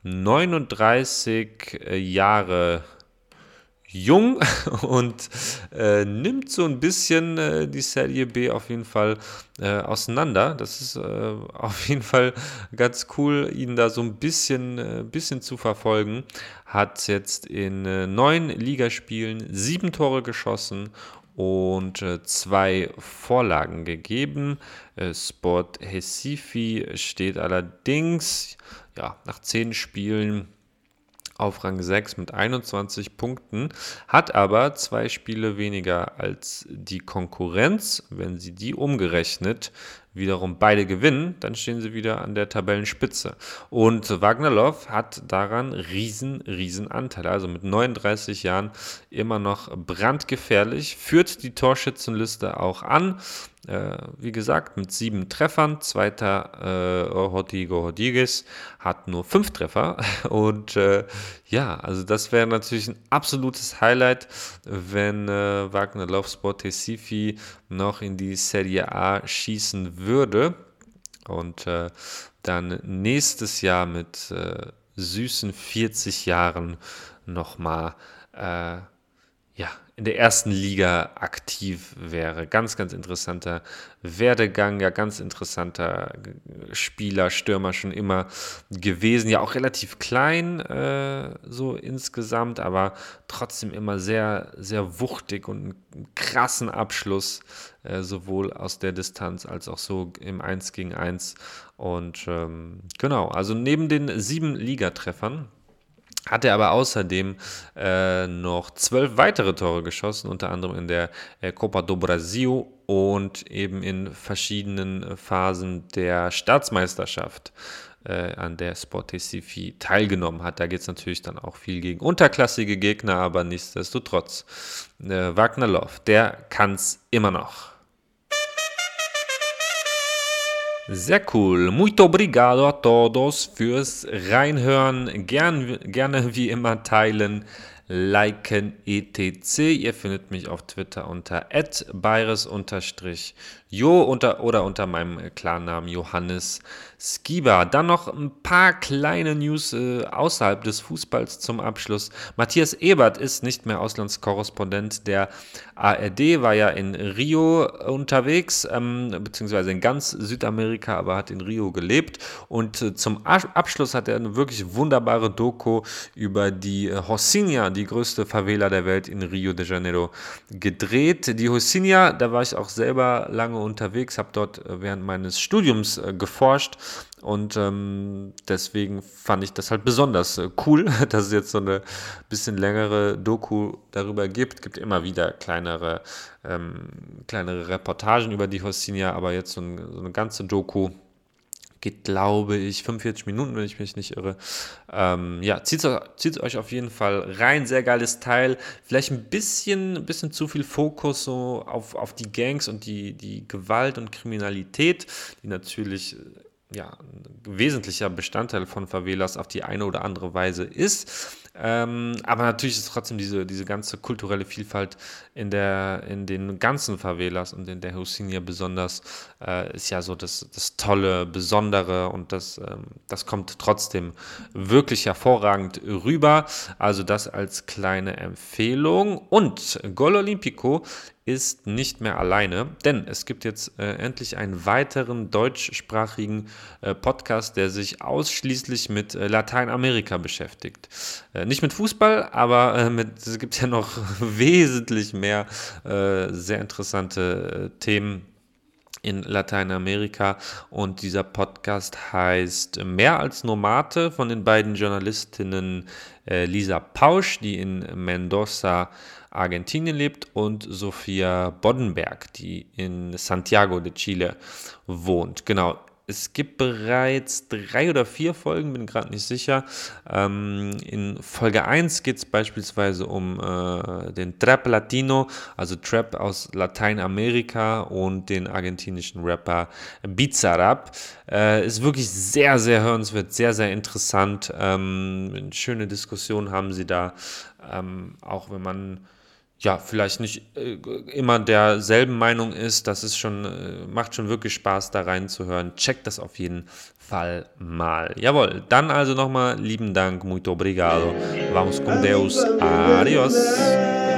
B: 39 Jahre jung und nimmt so ein bisschen die Serie B auf jeden Fall auseinander. Das ist auf jeden Fall ganz cool, ihn da so ein bisschen zu verfolgen. Hat jetzt in 9 Ligaspielen 7 Tore geschossen und 2 Vorlagen gegeben. Sport Recife steht allerdings nach 10 Spielen auf Rang 6 mit 21 Punkten, hat aber 2 Spiele weniger als die Konkurrenz. Wenn sie die umgerechnet wiederum beide gewinnen, dann stehen sie wieder an der Tabellenspitze. Und Wagner Love hat daran riesen Anteil. Also mit 39 Jahren immer noch brandgefährlich, führt die Torschützenliste auch an. Wie gesagt, mit 7 Treffern. Zweiter Rodrigo Rodriguez hat nur 5 Treffer. Und also das wäre natürlich ein absolutes Highlight, wenn Wagner Love Sport Recife noch in die Serie A schießen würde. Und dann nächstes Jahr mit süßen 40 Jahren nochmal in der 1. Liga aktiv wäre. Ganz interessanter Werdegang, ganz interessanter Spieler, Stürmer schon immer gewesen. Ja, auch relativ klein so insgesamt, aber trotzdem immer sehr, sehr wuchtig und einen krassen Abschluss, sowohl aus der Distanz als auch so im 1 gegen 1. Und also neben den 7 Ligatreffern hat er aber außerdem noch 12 weitere Tore geschossen, unter anderem in der Copa do Brasil und eben in verschiedenen Phasen der Staatsmeisterschaft, an der Sport Recife teilgenommen hat. Da geht es natürlich dann auch viel gegen unterklassige Gegner, aber nichtsdestotrotz. Wagner Love, der kann es immer noch. Sehr cool. Muito obrigado a todos fürs Reinhören. Gerne wie immer teilen, liken, etc. Ihr findet mich auf Twitter unter @bayres_jo oder unter meinem Klarnamen Johannes Skiba. Dann noch ein paar kleine News außerhalb des Fußballs zum Abschluss. Matthias Ebert ist nicht mehr Auslandskorrespondent der ARD, war ja in Rio unterwegs, beziehungsweise in ganz Südamerika, aber hat in Rio gelebt. Und zum Abschluss hat er eine wirklich wunderbare Doku über die Rocinha, die größte Favela der Welt in Rio de Janeiro, gedreht. Die Rocinha, da war ich auch selber lange unterwegs, habe dort während meines Studiums geforscht und deswegen fand ich das halt besonders cool, dass es jetzt so eine bisschen längere Doku darüber gibt. Es gibt immer wieder kleinere Reportagen über die Rocinha, aber jetzt so eine ganze Doku geht, glaube ich, 45 Minuten, wenn ich mich nicht irre. Zieht euch auf jeden Fall rein. Sehr geiles Teil. Vielleicht ein bisschen zu viel Fokus so auf die Gangs und die Gewalt und Kriminalität, die natürlich ein wesentlicher Bestandteil von Favelas auf die eine oder andere Weise ist. Aber natürlich ist trotzdem diese ganze kulturelle Vielfalt in den ganzen Favelas und in der Rocinha besonders, ist ja so das Tolle, Besondere, und das kommt trotzdem wirklich hervorragend rüber. Also das als kleine Empfehlung. Und Gol Olímpico ist nicht mehr alleine, denn es gibt jetzt endlich einen weiteren deutschsprachigen Podcast, der sich ausschließlich mit Lateinamerika beschäftigt. Nicht mit Fußball, aber es gibt ja noch wesentlich mehr sehr interessante Themen in Lateinamerika, und dieser Podcast heißt Mehr als nur Mate, von den beiden Journalistinnen Lisa Pausch, die in Mendoza, Argentinien lebt, und Sophia Boddenberg, die in Santiago de Chile wohnt. Genau. Es gibt bereits 3 oder 4 Folgen, bin gerade nicht sicher. In Folge 1 geht es beispielsweise um den Trap Latino, also Trap aus Lateinamerika, und den argentinischen Rapper Bizarrap. Ist wirklich sehr, sehr hörenswert, sehr, sehr interessant. Schöne Diskussionen haben sie da, auch wenn man vielleicht nicht immer derselben Meinung ist. Das ist macht schon wirklich Spaß, da reinzuhören. Checkt das auf jeden Fall mal. Jawohl, dann also nochmal lieben Dank, muito obrigado. Vamos com Deus. Adios.